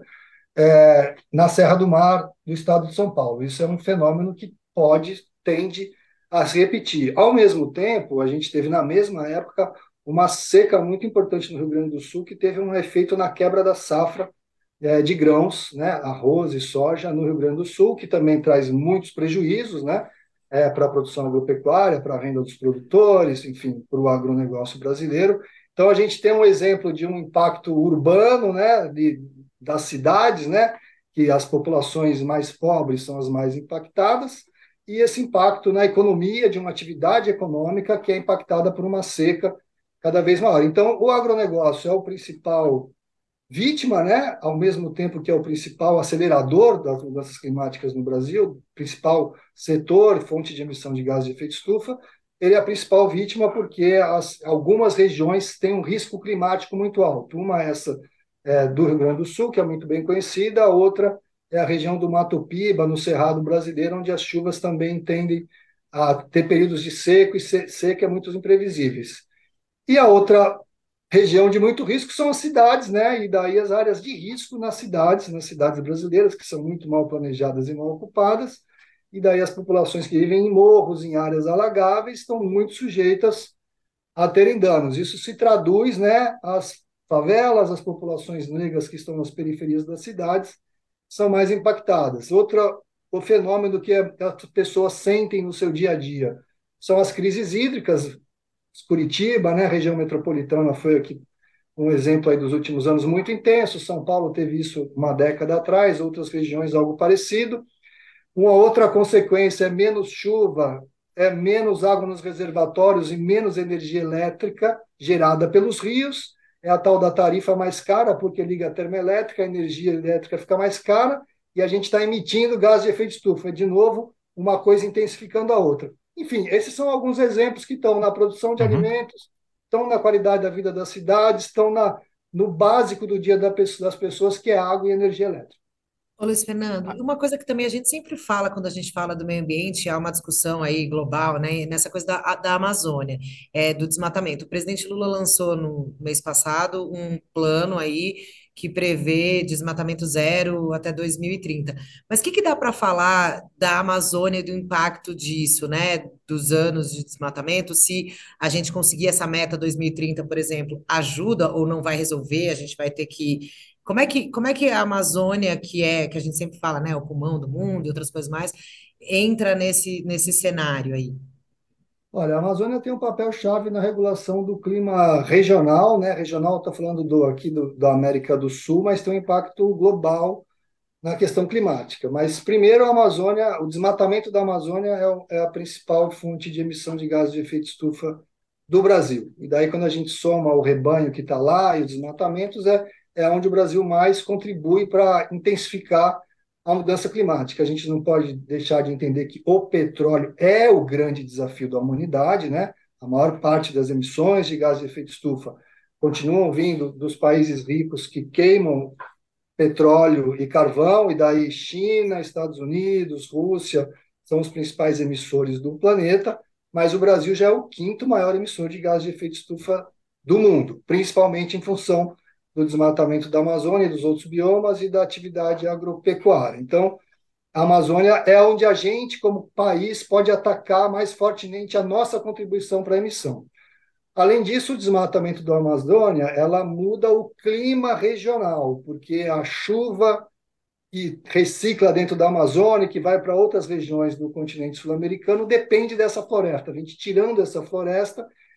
é, na Serra do Mar do estado de São Paulo. Isso é um fenômeno que pode, tende a se repetir. Ao mesmo tempo, a gente teve na mesma época uma seca muito importante no Rio Grande do Sul, que teve um efeito na quebra da safra é, de grãos, né, arroz e soja no Rio Grande do Sul, que também traz muitos prejuízos, né, é, para a produção agropecuária, para a renda dos produtores, enfim, para o agronegócio brasileiro. Então, a gente tem um exemplo de um impacto urbano, né, de, das cidades, né, que as populações mais pobres são as mais impactadas, e esse impacto na economia, de uma atividade econômica que é impactada por uma seca cada vez maior. Então, o agronegócio é o principal vítima, né, ao mesmo tempo que é o principal acelerador das mudanças climáticas no Brasil, principal setor, fonte de emissão de gases de efeito estufa, ele é a principal vítima porque as, algumas regiões têm um risco climático muito alto. Uma é essa é, do Rio Grande do Sul, que é muito bem conhecida, a outra é a região do Mato Piba, no Cerrado brasileiro, onde as chuvas também tendem a ter períodos de seco e se, seca muito imprevisíveis. E a outra região de muito risco são as cidades, né? E daí as áreas de risco nas cidades, nas cidades brasileiras, que são muito mal planejadas e mal ocupadas, e daí as populações que vivem em morros, em áreas alagáveis, estão muito sujeitas a terem danos. Isso se traduz, né? As favelas, as populações negras que estão nas periferias das cidades são mais impactadas. Outra, o fenômeno que as pessoas sentem no seu dia a dia são as crises hídricas. Curitiba, né, região metropolitana foi aqui um exemplo aí dos últimos anos muito intenso. São Paulo teve isso uma década atrás, outras regiões algo parecido. Uma outra consequência é menos chuva, é menos água nos reservatórios e menos energia elétrica gerada pelos rios. É a tal da tarifa mais cara, porque liga a termoelétrica, a energia elétrica fica mais cara e a gente está emitindo gás de efeito estufa. É, de novo, uma coisa intensificando a outra. Enfim, esses são alguns exemplos que estão na produção de Uhum. alimentos, estão na qualidade da vida das cidades, estão na, no básico do dia das pessoas, que é água e energia elétrica. Ô, Luiz Fernando, e uma coisa que também a gente sempre fala quando a gente fala do meio ambiente, há uma discussão aí global, né, nessa coisa da, da Amazônia, é, do desmatamento. O presidente Lula lançou no mês passado um plano aí que prevê desmatamento zero até dois mil e trinta. Mas o que que dá para falar da Amazônia e do impacto disso, né, dos anos de desmatamento? Se a gente conseguir essa meta dois mil e trinta, por exemplo, ajuda ou não vai resolver? A gente vai ter que como é que, como é que a Amazônia, que é, que a gente sempre fala, né, o pulmão do mundo e outras coisas mais, entra nesse, nesse cenário aí? Olha, a Amazônia tem um papel-chave na regulação do clima regional, né? Regional, estou falando do, aqui do, da América do Sul, mas tem um impacto global na questão climática. Mas, primeiro, a Amazônia, o desmatamento da Amazônia é, o- é a principal fonte de emissão de gases de efeito estufa do Brasil. E daí, quando a gente soma o rebanho que está lá e os desmatamentos, é, é onde o Brasil mais contribui para intensificar a mudança climática. A gente não pode deixar de entender que o petróleo é o grande desafio da humanidade, né? A maior parte das emissões de gases de efeito estufa continuam vindo dos países ricos que queimam petróleo e carvão, e daí China, Estados Unidos, Rússia são os principais emissores do planeta, mas o Brasil já é o quinto maior emissor de gás de efeito estufa do mundo, principalmente em função do desmatamento da Amazônia e dos outros biomas e da atividade agropecuária. Então, a Amazônia é onde a gente, como país, pode atacar mais fortemente a nossa contribuição para a emissão. Além disso, o desmatamento da Amazônia, ela muda o clima regional, porque a chuva que recicla dentro da Amazônia, que vai para outras regiões do continente sul-americano, depende dessa floresta. A gente tirando essa floresta,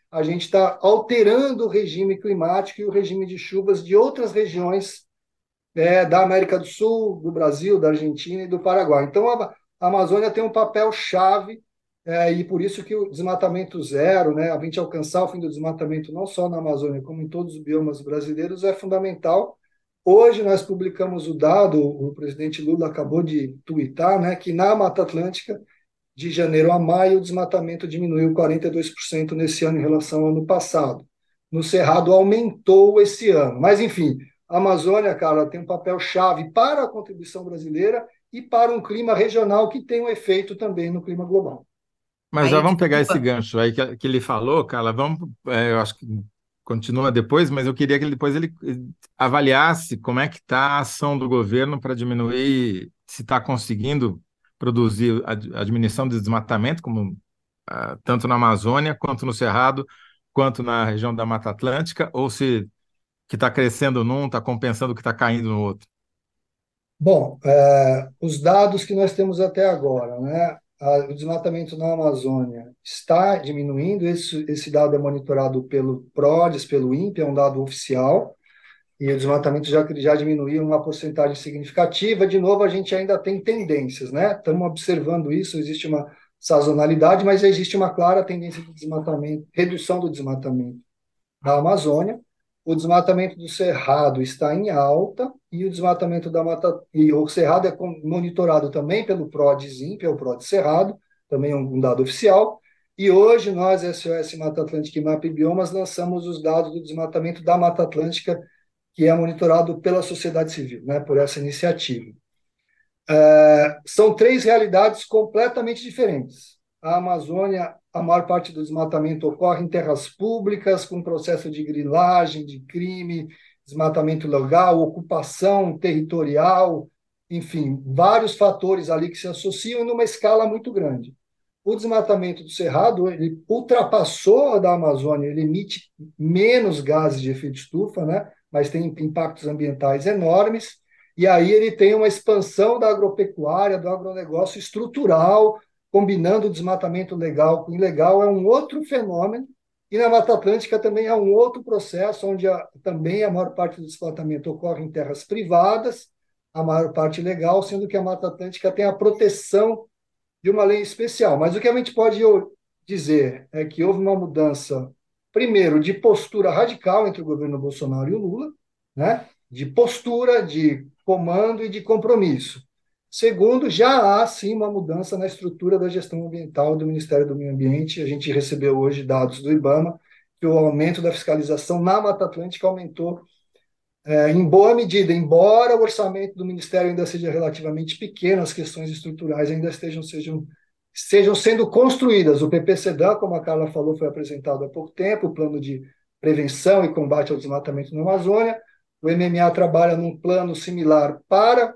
a gente está alterando o regime climático e o regime de chuvas de outras regiões é, da América do Sul, do Brasil, da Argentina e do Paraguai. Então, a, a Amazônia tem um papel chave é, e por isso que o desmatamento zero, né, a gente alcançar o fim do desmatamento não só na Amazônia, como em todos os biomas brasileiros, é fundamental. Hoje nós publicamos o dado, o presidente Lula acabou de tuitar, né, que na Mata Atlântica, de janeiro a maio, o desmatamento diminuiu quarenta e dois por cento nesse ano em relação ao ano passado. No Cerrado aumentou esse ano. Mas, enfim, a Amazônia, cara, tem um papel chave para a contribuição brasileira e para um clima regional que tem um efeito também no clima global. Mas já Aí, vamos pegar esse desculpa. gancho aí que, que ele falou, cara. Vamos, é, eu acho que continua depois, mas eu queria que ele, depois ele avaliasse como é que está a ação do governo para diminuir, se está conseguindo produzir a, a diminuição do desmatamento, como ah, tanto na Amazônia quanto no Cerrado, quanto na região da Mata Atlântica, ou se que está crescendo num está compensando o que está caindo no outro. Bom, é, os dados que nós temos até agora, né? A- o desmatamento na Amazônia está diminuindo. Esse, esse dado é monitorado pelo PRODES, pelo INPE, é um dado oficial, e o desmatamento já, já diminuiu uma porcentagem significativa. De novo, a gente ainda tem tendências, né? Estamos observando isso, existe uma sazonalidade, mas existe uma clara tendência de desmatamento, redução do desmatamento da Amazônia. O desmatamento do Cerrado está em alta e o desmatamento da Mata e o Cerrado é monitorado também pelo PRODES-INPE, é o PRODES Cerrado, também é um dado oficial. E hoje nós, S O S Mata Atlântica e MAP Biomas, lançamos os dados do desmatamento da Mata Atlântica, que é monitorado pela sociedade civil, né, por essa iniciativa. São três realidades completamente diferentes. A Amazônia, a maior parte do desmatamento ocorre em terras públicas, com processo de grilagem, de crime, desmatamento ilegal, ocupação territorial, enfim, vários fatores ali que se associam numa escala muito grande. O desmatamento do Cerrado, ele ultrapassou a da Amazônia, ele emite menos gases de efeito estufa, né? Mas tem impactos ambientais enormes. E aí ele tem uma expansão da agropecuária, do agronegócio estrutural, combinando o desmatamento legal com ilegal, é um outro fenômeno. E na Mata Atlântica também é um outro processo, onde a, também a maior parte do desmatamento ocorre em terras privadas, a maior parte legal, sendo que a Mata Atlântica tem a proteção de uma lei especial. Mas o que a gente pode dizer é que houve uma mudança, primeiro, de postura radical entre o governo Bolsonaro e o Lula, né? De postura, de comando e de compromisso. Segundo, já há sim uma mudança na estrutura da gestão ambiental do Ministério do Meio Ambiente. A gente recebeu hoje dados do IBAMA que o aumento da fiscalização na Mata Atlântica aumentou é, em boa medida, embora o orçamento do Ministério ainda seja relativamente pequeno, as questões estruturais ainda estejam sejam, sejam sendo construídas. O P P C D A, como a Carla falou, foi apresentado há pouco tempo, o plano de prevenção e combate ao desmatamento na Amazônia. O M M A trabalha num plano similar para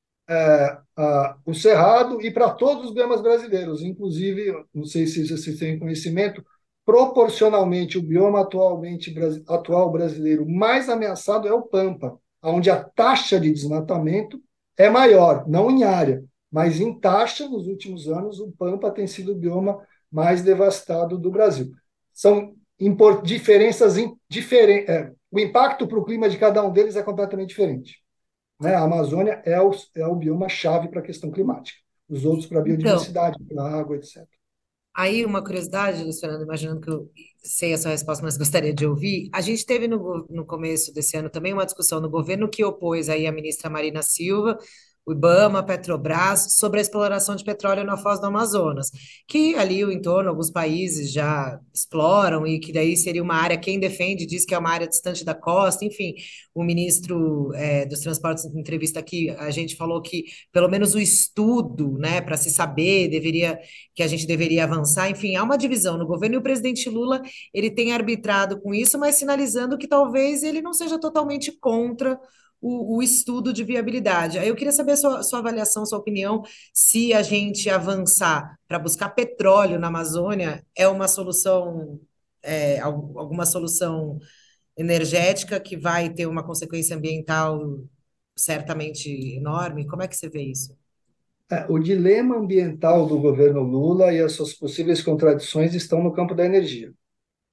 é, a, o Cerrado e para todos os biomas brasileiros, inclusive, não sei se vocês têm conhecimento, proporcionalmente o bioma atualmente atual brasileiro mais ameaçado é o Pampa, onde a taxa de desmatamento é maior, não em área, mas em taxa, nos últimos anos, o Pampa tem sido o bioma mais devastado do Brasil. São diferenças diferentes. É, o impacto para o clima de cada um deles é completamente diferente. Né? A Amazônia é o, é o bioma-chave para a questão climática. Os outros para a Então, biodiversidade, para a água, etcétera. aí uma curiosidade, Luiz Fernando, imaginando que eu sei a sua resposta, mas gostaria de ouvir. A gente teve no, go- no começo desse ano também uma discussão no governo que opôs aí a ministra Marina Silva, o IBAMA, a Petrobras, sobre a exploração de petróleo na Foz do Amazonas, que ali o entorno, alguns países já exploram e que daí seria uma área, quem defende diz que é uma área distante da costa, enfim, o ministro eh, dos Transportes, em entrevista aqui, a gente falou que pelo menos o estudo, né, para se saber, deveria que a gente deveria avançar. Enfim, há uma divisão no governo e o presidente Lula ele tem arbitrado com isso, mas sinalizando que talvez ele não seja totalmente contra o, o estudo de viabilidade. Aí eu queria saber a sua, sua avaliação, sua opinião, se a gente avançar para buscar petróleo na Amazônia é uma solução, é, al- alguma solução energética que vai ter uma consequência ambiental certamente enorme. Como é que você vê isso? É, o dilema ambiental do governo Lula e as suas possíveis contradições estão no campo da energia.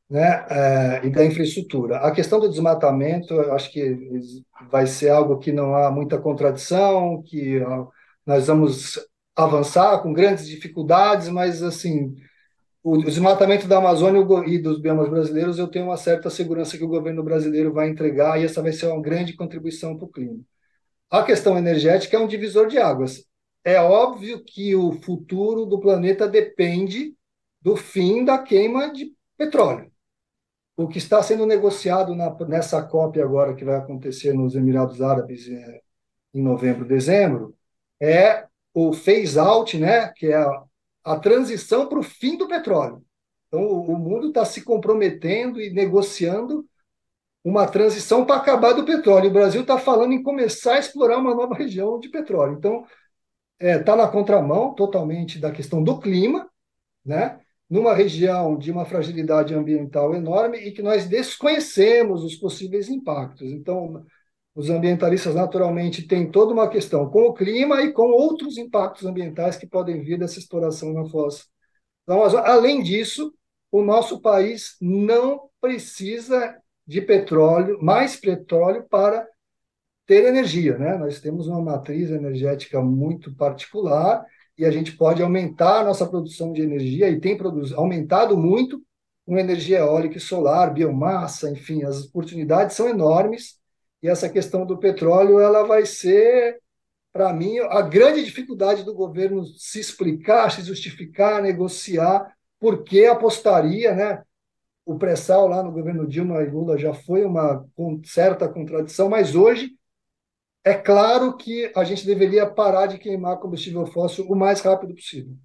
né, é, e da infraestrutura. A questão do desmatamento, eu acho que vai ser algo que não há muita contradição, que ó, nós vamos avançar com grandes dificuldades, mas assim, o desmatamento da Amazônia e dos biomas brasileiros, eu tenho uma certa segurança que o governo brasileiro vai entregar, e essa vai ser uma grande contribuição para o clima. A questão energética é um divisor de águas. É óbvio que o futuro do planeta depende do fim da queima de petróleo. O que está sendo negociado na, nessa COP agora, que vai acontecer nos Emirados Árabes é, em novembro, dezembro, é o phase-out, né, que é a, a transição para o fim do petróleo. Então, o, o mundo está se comprometendo e negociando uma transição para acabar do petróleo. O Brasil está falando em começar a explorar uma nova região de petróleo. Então, está é, tá na contramão totalmente da questão do clima, né? Numa região de uma fragilidade ambiental enorme e que nós desconhecemos os possíveis impactos. Então, os ambientalistas naturalmente têm toda uma questão com o clima e com outros impactos ambientais que podem vir dessa exploração na foz. Então, além disso, o nosso país não precisa de petróleo, mais petróleo para ter energia, né? Nós temos uma matriz energética muito particular e a gente pode aumentar a nossa produção de energia e tem aumentado muito com energia eólica e solar, biomassa, enfim, as oportunidades são enormes e essa questão do petróleo ela vai ser, para mim, a grande dificuldade do governo se explicar, se justificar, negociar, por que apostaria, né? O pré-sal lá no governo Dilma e Lula já foi uma certa contradição, mas hoje é claro que a gente deveria parar de queimar combustível fóssil o mais rápido possível.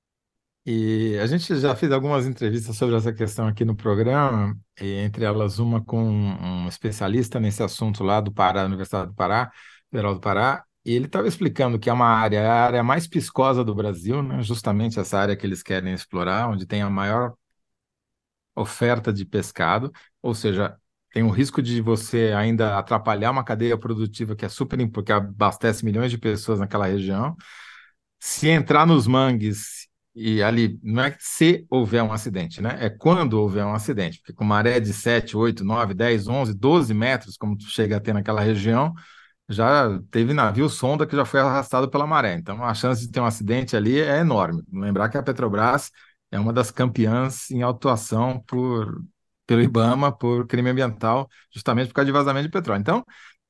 E a gente já fez algumas entrevistas sobre essa questão aqui no programa, e entre elas uma com um especialista nesse assunto lá do Pará, da Universidade do Pará, Federal do Pará, e ele estava explicando que é uma área, é a área mais piscosa do Brasil, né? Justamente essa área que eles querem explorar, onde tem a maior oferta de pescado, ou seja, tem o risco de você ainda atrapalhar uma cadeia produtiva que é super, im- porque abastece milhões de pessoas naquela região. Se entrar nos mangues e ali, não é que se houver um acidente, né? É quando houver um acidente, porque com maré de sete, oito, nove, dez, onze, doze metros, como tu chega a ter naquela região, já teve navio sonda que já foi arrastado pela maré. Então, a chance de ter um acidente ali é enorme. Lembrar que a Petrobras é uma das campeãs em autuação por, pelo IBAMA por crime ambiental, justamente por causa de vazamento de petróleo. Então,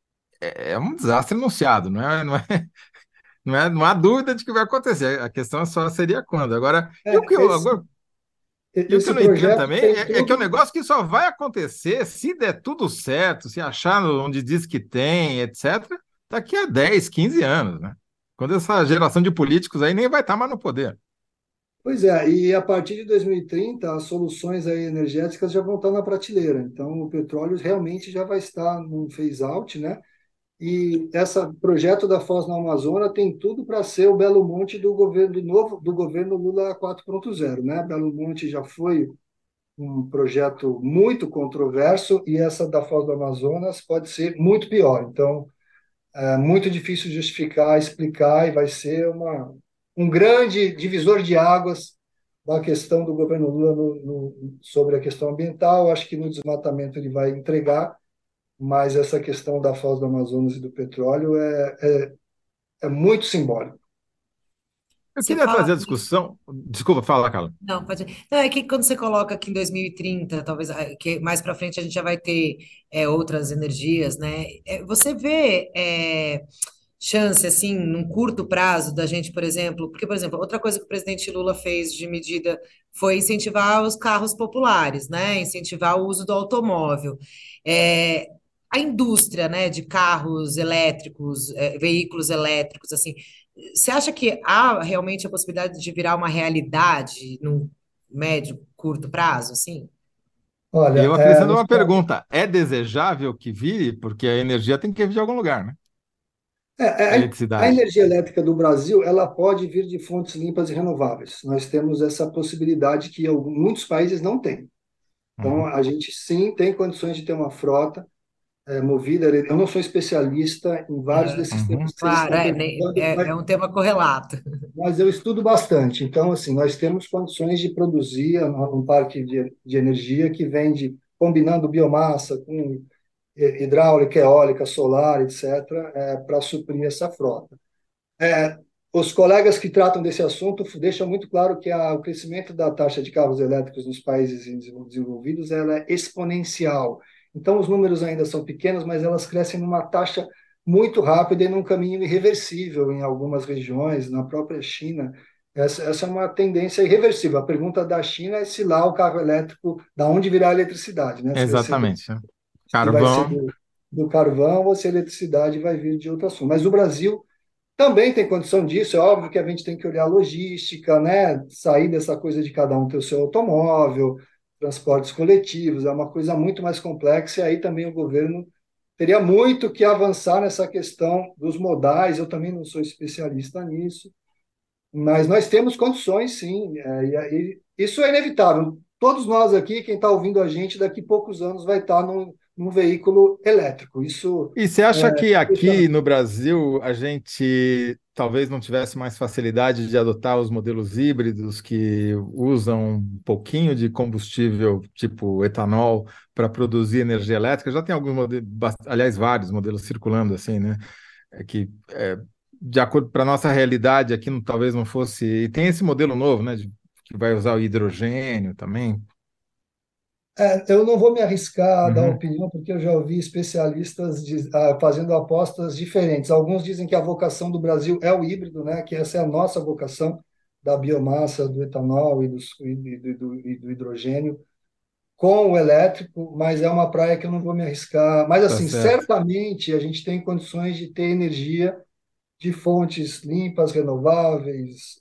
é é um desastre anunciado, não é, não é, não é, não há dúvida de que vai acontecer. A questão só seria quando. Agora, e o É, que eu, esse, agora, e o que eu esse não entendo projeto também tem é, é que é um tudo. negócio que só vai acontecer se der tudo certo, se achar no- onde diz que tem, etcétera, daqui a dez, quinze anos, né? Quando essa geração de políticos aí nem vai estar mais no poder. Pois é, e a partir de dois mil e trinta, as soluções aí energéticas já vão estar na prateleira. Então, o petróleo realmente já vai estar num phase-out, né? E esse projeto da Foz na Amazônia tem tudo para ser o Belo Monte do governo do novo do governo Lula quatro ponto zero, né? Belo Monte já foi um projeto muito controverso e essa da Foz do Amazonas pode ser muito pior. Então, é muito difícil justificar, explicar e vai ser uma, um grande divisor de águas da questão do governo Lula no, no, sobre a questão ambiental. Acho que no desmatamento ele vai entregar, mas essa questão da Foz do Amazonas e do petróleo é, é, é muito simbólico. Eu Você queria fala trazer a discussão. Desculpa, fala, Carla. Não, pode. Não, é que quando você coloca aqui em dois mil e trinta, talvez ah, que mais para frente a gente já vai ter é, outras energias, né? É, você vê é, chance, assim, num curto prazo da gente, por exemplo, porque, por exemplo, outra coisa que o presidente Lula fez de medida foi incentivar os carros populares, né? Incentivar o uso do automóvel. É, a indústria, né, de carros elétricos, é, veículos elétricos, assim, você acha que há realmente a possibilidade de virar uma realidade no médio, curto prazo, assim? E Olha, eu é, acrescento nos, uma pergunta: é desejável que vire? Porque a energia tem que vir de algum lugar, né? é, A é, a eletricidade. energia elétrica do Brasil ela pode vir de fontes limpas e renováveis. Nós temos essa possibilidade que algum- muitos países não têm. Então, Uhum. a gente sim tem condições de ter uma frota. é, movida. Eu não sou especialista em vários Aham. desses temas Uhum. que vocês Claro, estão é, nem- perguntando, é, mas, é um tema correlato. mas eu estudo bastante. Então, assim, nós temos condições de produzir um parque de, de energia que vem de combinando biomassa com hidráulica, eólica, solar, etcétera, é, para suprir essa frota. É, os colegas que tratam desse assunto deixam muito claro que a, o crescimento da taxa de carros elétricos nos países em desenvolvidos ela é exponencial. Então, os números ainda são pequenos, mas elas crescem numa taxa muito rápida e num caminho irreversível em algumas regiões, na própria China. Essa, essa é uma tendência irreversível. A pergunta da China é se lá o carro elétrico, da onde virá a eletricidade, né? Se vai ser do, Exatamente, né? se vai ser Carvão. do, do carvão ou se a eletricidade vai vir de outro assunto. Mas o Brasil também tem condição disso, é óbvio que a gente tem que olhar a logística, né? Sair dessa coisa de cada um ter o seu automóvel, transportes coletivos, é uma coisa muito mais complexa, e aí também o governo teria muito que avançar nessa questão dos modais, eu também não sou especialista nisso, mas nós temos condições, sim, é, e, aí isso é inevitável. Todos nós aqui, quem está ouvindo a gente, daqui a poucos anos vai estar num, num veículo elétrico. Isso E você é, acha que aqui no Brasil a gente talvez não tivesse mais facilidade de adotar os modelos híbridos que usam um pouquinho de combustível, tipo etanol, para produzir energia elétrica? Já tem alguns modelos, aliás, vários modelos circulando assim, né? É que é, de acordo para a nossa realidade aqui não- talvez não fosse. E tem esse modelo novo, né? de- que vai usar o hidrogênio também. É, eu não vou me arriscar a dar Uhum, opinião, porque eu já ouvi especialistas diz- ah, fazendo apostas diferentes. Alguns dizem que a vocação do Brasil é o híbrido, né? Que essa é a nossa vocação da biomassa, do etanol e do, e do, do- e do hidrogênio com o elétrico, mas é uma praia que eu não vou me arriscar. Mas, tá assim, certo. certamente a gente tem condições de ter energia de fontes limpas, renováveis,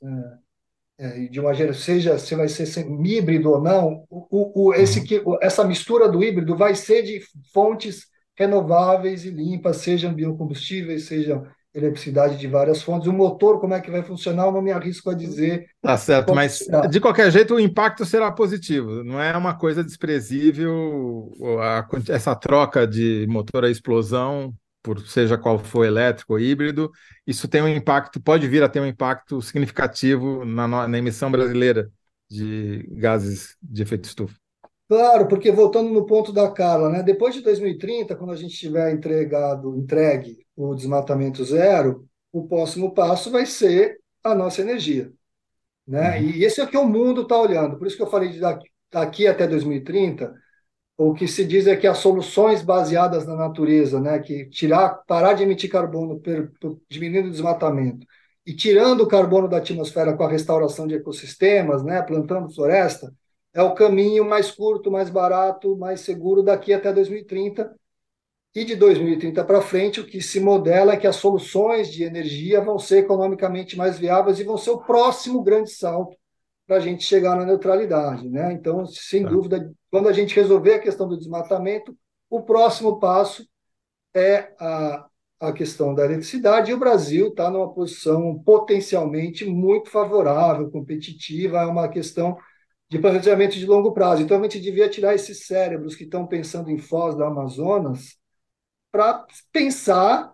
é, e de uma geração, seja se vai ser sem- híbrido ou não, o, o, esse, Uhum. que- essa mistura do híbrido vai ser de fontes renováveis e limpas, sejam biocombustíveis, sejam eletricidade de várias fontes. O motor, como é que vai funcionar, eu não me arrisco a dizer Tá certo, como mas será. de qualquer jeito o impacto será positivo. Não é uma coisa desprezível a- essa troca de motor a explosão, por seja qual for elétrico ou híbrido, isso tem um impacto, pode vir a ter um impacto significativo na, no- na emissão brasileira de gases de efeito estufa. Claro, porque voltando no ponto da Carla, né? Depois de dois mil e trinta, quando a gente tiver entregado, entregue o desmatamento zero, o próximo passo vai ser a nossa energia, né? Uhum. E esse é o que o mundo está olhando. Por isso que eu falei de daqui, daqui até dois mil e trinta, o que se diz é que as soluções baseadas na natureza, né, que tirar, parar de emitir carbono, per, per, diminuindo o desmatamento e tirando o carbono da atmosfera com a restauração de ecossistemas, né, plantando floresta, é o caminho mais curto, mais barato, mais seguro daqui até dois mil e trinta. E de dois mil e trinta para frente, o que se modela é que as soluções de energia vão ser economicamente mais viáveis e vão ser o próximo grande salto para a gente chegar na neutralidade, né? Então, sem Tá. dúvida, quando a gente resolver a questão do desmatamento, o próximo passo é a, a questão da eletricidade, e o Brasil está numa posição potencialmente muito favorável, competitiva, é uma questão de planejamento de longo prazo. Então, a gente devia tirar esses cérebros que estão pensando em Foz do Amazonas para pensar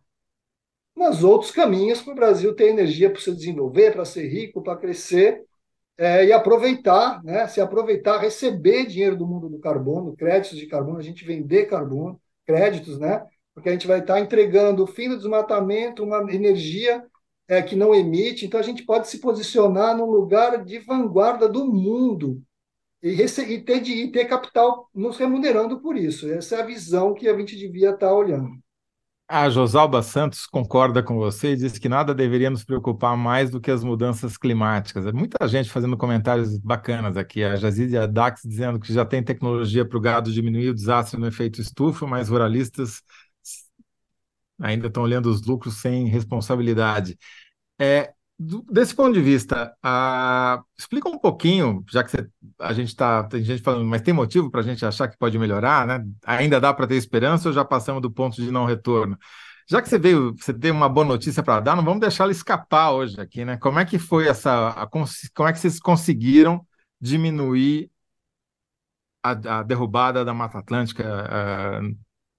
nos outros caminhos para o Brasil ter energia para se desenvolver, para ser rico, para crescer, é, e aproveitar, né? Se aproveitar, receber dinheiro do mundo do carbono, créditos de carbono, a gente vender carbono, créditos, né? Porque a gente vai estar entregando o fim do desmatamento, uma energia é, que não emite, então a gente pode se posicionar num lugar de vanguarda do mundo e, rece- e ter, de, e ter capital nos remunerando por isso. Essa é a visão que a gente devia estar olhando. A Josalba Santos concorda com você e diz que nada deveria nos preocupar mais do que as mudanças climáticas. É muita gente fazendo comentários bacanas aqui. A Jazídia Dax dizendo que já tem tecnologia para o gado diminuir o desastre no efeito estufa, mas ruralistas ainda estão olhando os lucros sem responsabilidade. É, do- desse ponto de vista, ah, explica um pouquinho, já que você- a gente está, tem gente falando, mas tem motivo para a gente achar que pode melhorar, né? Ainda dá para ter esperança ou já passamos do ponto de não retorno? Já que você veio, você tem uma boa notícia para dar, não vamos deixar ela escapar hoje aqui, né? Como é que foi essa, a cons- como é que vocês conseguiram diminuir a, a derrubada da Mata Atlântica? ah,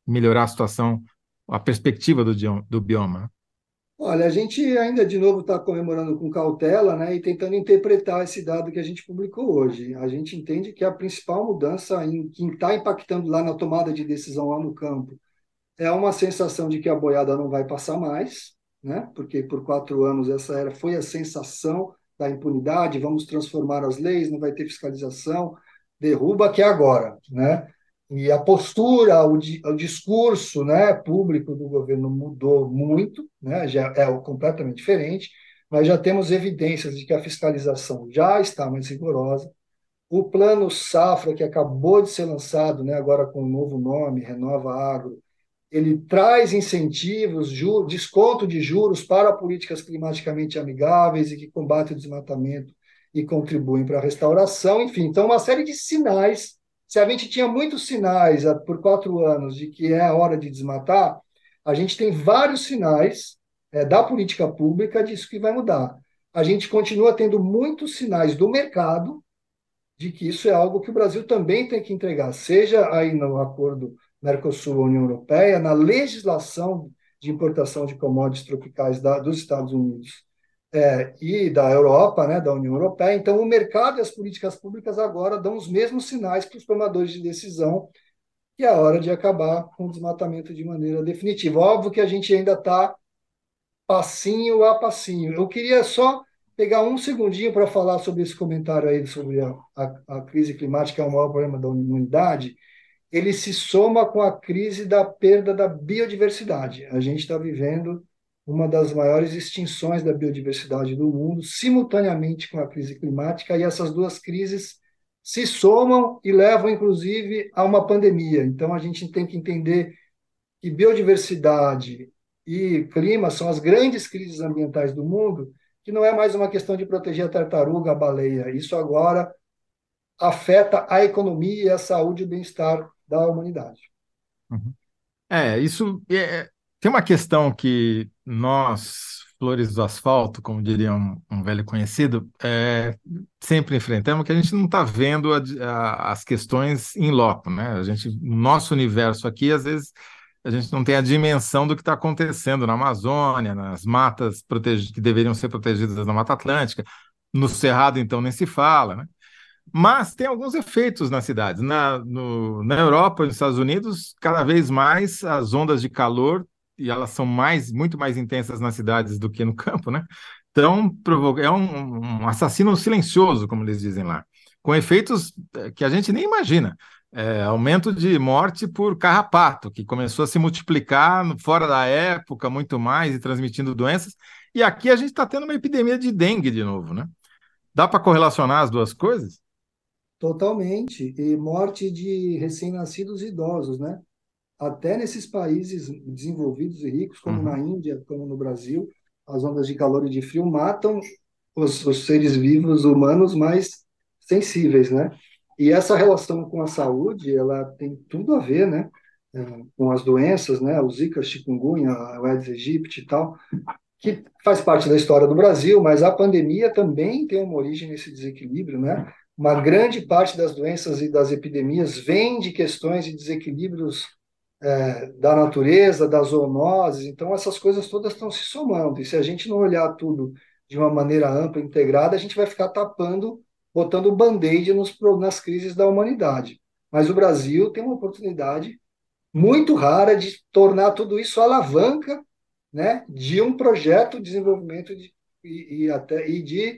melhorar a situação, a perspectiva do, dio- do bioma? Olha, a gente ainda de novo está comemorando com cautela, né, e tentando interpretar esse dado que a gente publicou hoje. A gente entende que a principal mudança em, que está impactando lá na tomada de decisão lá no campo é uma sensação de que a boiada não vai passar mais, né, porque por quatro anos essa era, foi a sensação da impunidade, vamos transformar as leis, não vai ter fiscalização, derruba que é agora, né? E a postura, o, di- o discurso, né, público do governo mudou muito, né, já é completamente diferente, mas já temos evidências de que a fiscalização já está mais rigorosa. O plano Safra, que acabou de ser lançado, né, agora com um novo nome, Renova Agro, ele traz incentivos, ju- desconto de juros para políticas climaticamente amigáveis e que combatem o desmatamento e contribuem para a restauração, enfim. Então, uma série de sinais. Se a gente tinha muitos sinais ah, por quatro anos de que é a hora de desmatar, a gente tem vários sinais é, da política pública disso que vai mudar. A gente continua tendo muitos sinais do mercado de que isso é algo que o Brasil também tem que entregar, seja aí no acordo Mercosul-União Europeia, na legislação de importação de commodities tropicais da, dos Estados Unidos é, e da Europa, né, da União Europeia. Então, o mercado e as políticas públicas agora dão os mesmos sinais para os tomadores de decisão que é a hora de acabar com o desmatamento de maneira definitiva. Óbvio que a gente ainda está passinho a passinho. Eu queria só pegar um segundinho para falar sobre esse comentário aí sobre a, a, a crise climática, que é o maior problema da humanidade. Ele se soma com a crise da perda da biodiversidade. A gente está vivendo uma das maiores extinções da biodiversidade do mundo, simultaneamente com a crise climática, e essas duas crises se somam e levam, inclusive, a uma pandemia. Então, a gente tem que entender que biodiversidade e clima são as grandes crises ambientais do mundo, que não é mais uma questão de proteger a tartaruga, a baleia. Isso agora afeta a economia, a saúde e o bem-estar da humanidade. Uhum. É, isso é, tem uma questão que nós, flores do asfalto, como diria um, um velho conhecido, é, sempre enfrentamos, que a gente não está vendo a- a- as questões em loco, né? A gente, no nosso universo aqui, às vezes, a gente não tem a dimensão do que está acontecendo na Amazônia, nas matas protege- que deveriam ser protegidas na Mata Atlântica, no Cerrado, então, nem se fala, né? Mas tem alguns efeitos nas cidades. Na, no- na Europa e nos Estados Unidos, cada vez mais as ondas de calor, e elas são mais, muito mais intensas nas cidades do que no campo, né? Então, provo- é um, um assassino silencioso, como eles dizem lá, com efeitos eh, que a gente nem imagina. É, aumento de morte por carrapato, que começou a se multiplicar no- fora da época, muito mais, e transmitindo doenças. E aqui a gente está tendo uma epidemia de dengue de novo, né? Dá para correlacionar as duas coisas? Totalmente. E morte de recém-nascidos idosos, né? Até nesses países desenvolvidos e ricos, como na Uhum. Índia, como no Brasil, as ondas de calor e de frio matam os, os seres vivos humanos mais sensíveis, né? E essa relação com a saúde, ela tem tudo a ver, né? eh, Com as doenças, né? O Zika, chikungunya, o Aedes aegypti e tal, que faz parte da história do Brasil, mas a pandemia também tem uma origem nesse desequilíbrio, né? Uma grande parte das doenças e das epidemias vem de questões de desequilíbrios é, da natureza, das zoonoses, então essas coisas todas estão se somando, e se a gente não olhar tudo de uma maneira ampla, integrada, a gente vai ficar tapando, botando band-aid nos, nas crises da humanidade. Mas o Brasil tem uma oportunidade muito rara de tornar tudo isso alavanca, né, de um projeto de desenvolvimento de, e, e, até, e de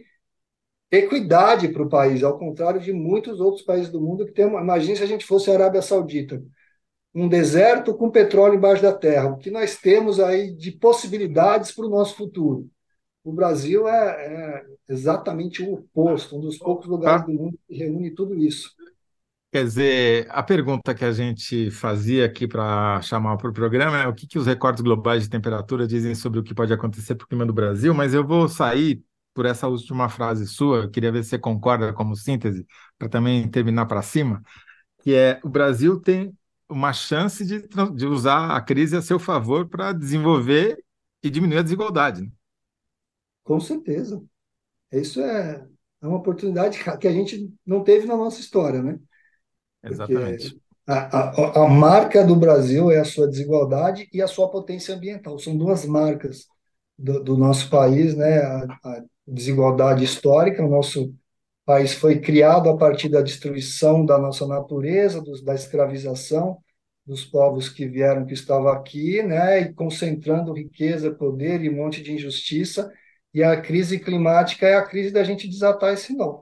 equidade para o país, ao contrário de muitos outros países do mundo que tem uma, imagine se a gente fosse a Arábia Saudita, um deserto com petróleo embaixo da terra, o que nós temos aí de possibilidades para o nosso futuro. O Brasil é, é exatamente o oposto, um dos poucos lugares Pra- do mundo que reúne tudo isso. Quer dizer, a pergunta que a gente fazia aqui para chamar para o programa é o que, que os recordes globais de temperatura dizem sobre o que pode acontecer para o clima do Brasil, mas eu vou sair por essa última frase sua, eu queria ver se você concorda como síntese, para também terminar para cima, que é o Brasil tem uma chance de, tran- de usar a crise a seu favor para desenvolver e diminuir a desigualdade, né? Com certeza. Isso é, é uma oportunidade que a gente não teve na nossa história, né? Porque Exatamente. A, a, a marca do Brasil é a sua desigualdade e a sua potência ambiental. São duas marcas do, do nosso país, né? A, a desigualdade histórica, o nosso o país foi criado a partir da destruição da nossa natureza, dos, da escravização dos povos que vieram, que estavam aqui, né, e concentrando riqueza, poder e um monte de injustiça. E a crise climática é a crise da gente desatar esse nó.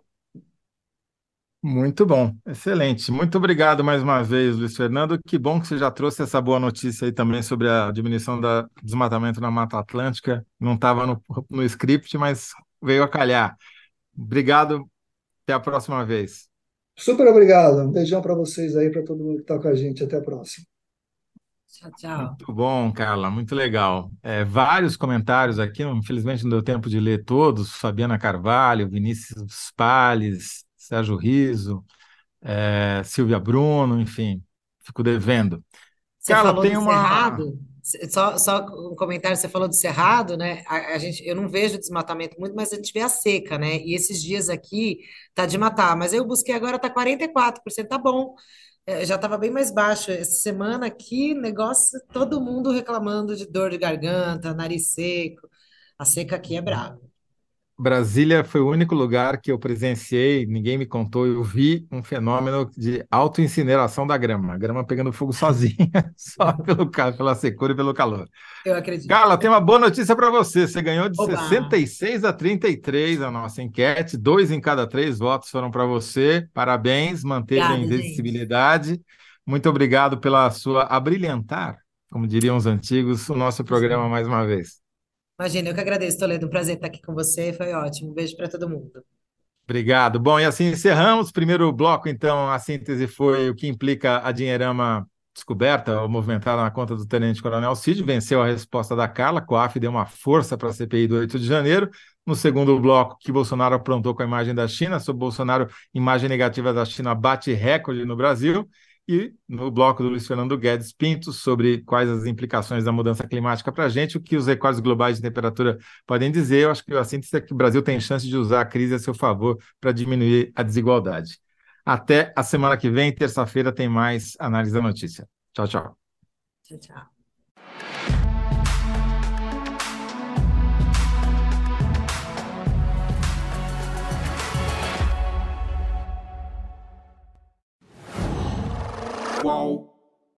Muito bom, excelente. Muito obrigado mais uma vez, Luiz Fernando. Que bom que você já trouxe essa boa notícia aí também sobre a diminuição do desmatamento na Mata Atlântica. Não estava no, no script, mas veio a calhar. Obrigado, até a próxima vez. Super obrigado. Um beijão para vocês aí, para todo mundo que está com a gente. Até a próxima. Tchau, tchau. Muito bom, Carla, muito legal. É, vários comentários aqui, não- infelizmente não deu tempo de ler todos. Fabiana Carvalho, Vinícius Pales, Sérgio Riso, é, Silvia Bruno, enfim, fico devendo. Você Carla, falou do tem uma. Cerrado, só, só um comentário, você falou do Cerrado, né? A, a gente, eu não vejo desmatamento muito, mas a gente vê a seca, né? E esses dias aqui tá de matar, mas eu busquei agora, tá quarenta e quatro por cento, tá bom. É, já estava bem mais baixo. Essa semana aqui, negócio, todo mundo reclamando de dor de garganta, nariz seco. A seca aqui é brava. Brasília foi o único lugar que eu presenciei, ninguém me contou, eu vi um fenômeno de autoincineração da grama, a grama pegando fogo sozinha, só pelo, ca- pela secura e pelo calor. Eu acredito. Carla, tem uma boa notícia para você. Você ganhou de Oba! sessenta e seis a trinta e três a nossa enquete. Dois em cada três votos foram para você. Parabéns, manteve a Obrigada, gente. invencibilidade. Muito obrigado pela sua abrilhantar, como diriam os antigos, o nosso programa mais uma vez. Imagina, eu que agradeço, Toledo. Um prazer estar aqui com você. Foi ótimo. Um beijo para todo mundo. Obrigado. Bom, e assim encerramos. Primeiro bloco, então, a síntese foi o que implica a dinheirama descoberta ou movimentada na conta do Tenente Coronel Cid. Venceu a resposta da Carla. Coaf deu uma força para a C P I do oito de janeiro. No segundo bloco, que Bolsonaro aprontou com a imagem da China. Sobre Bolsonaro, imagem negativa da China bate recorde no Brasil. E no bloco do Luiz Fernando Guedes Pinto, sobre quais as implicações da mudança climática para a gente, o que os recordes globais de temperatura podem dizer. Eu acho que a síntese é que o Brasil tem chance de usar a crise a seu favor para diminuir a desigualdade. Até a semana que vem, terça-feira, tem mais análise da notícia. Tchau, tchau. Tchau, tchau.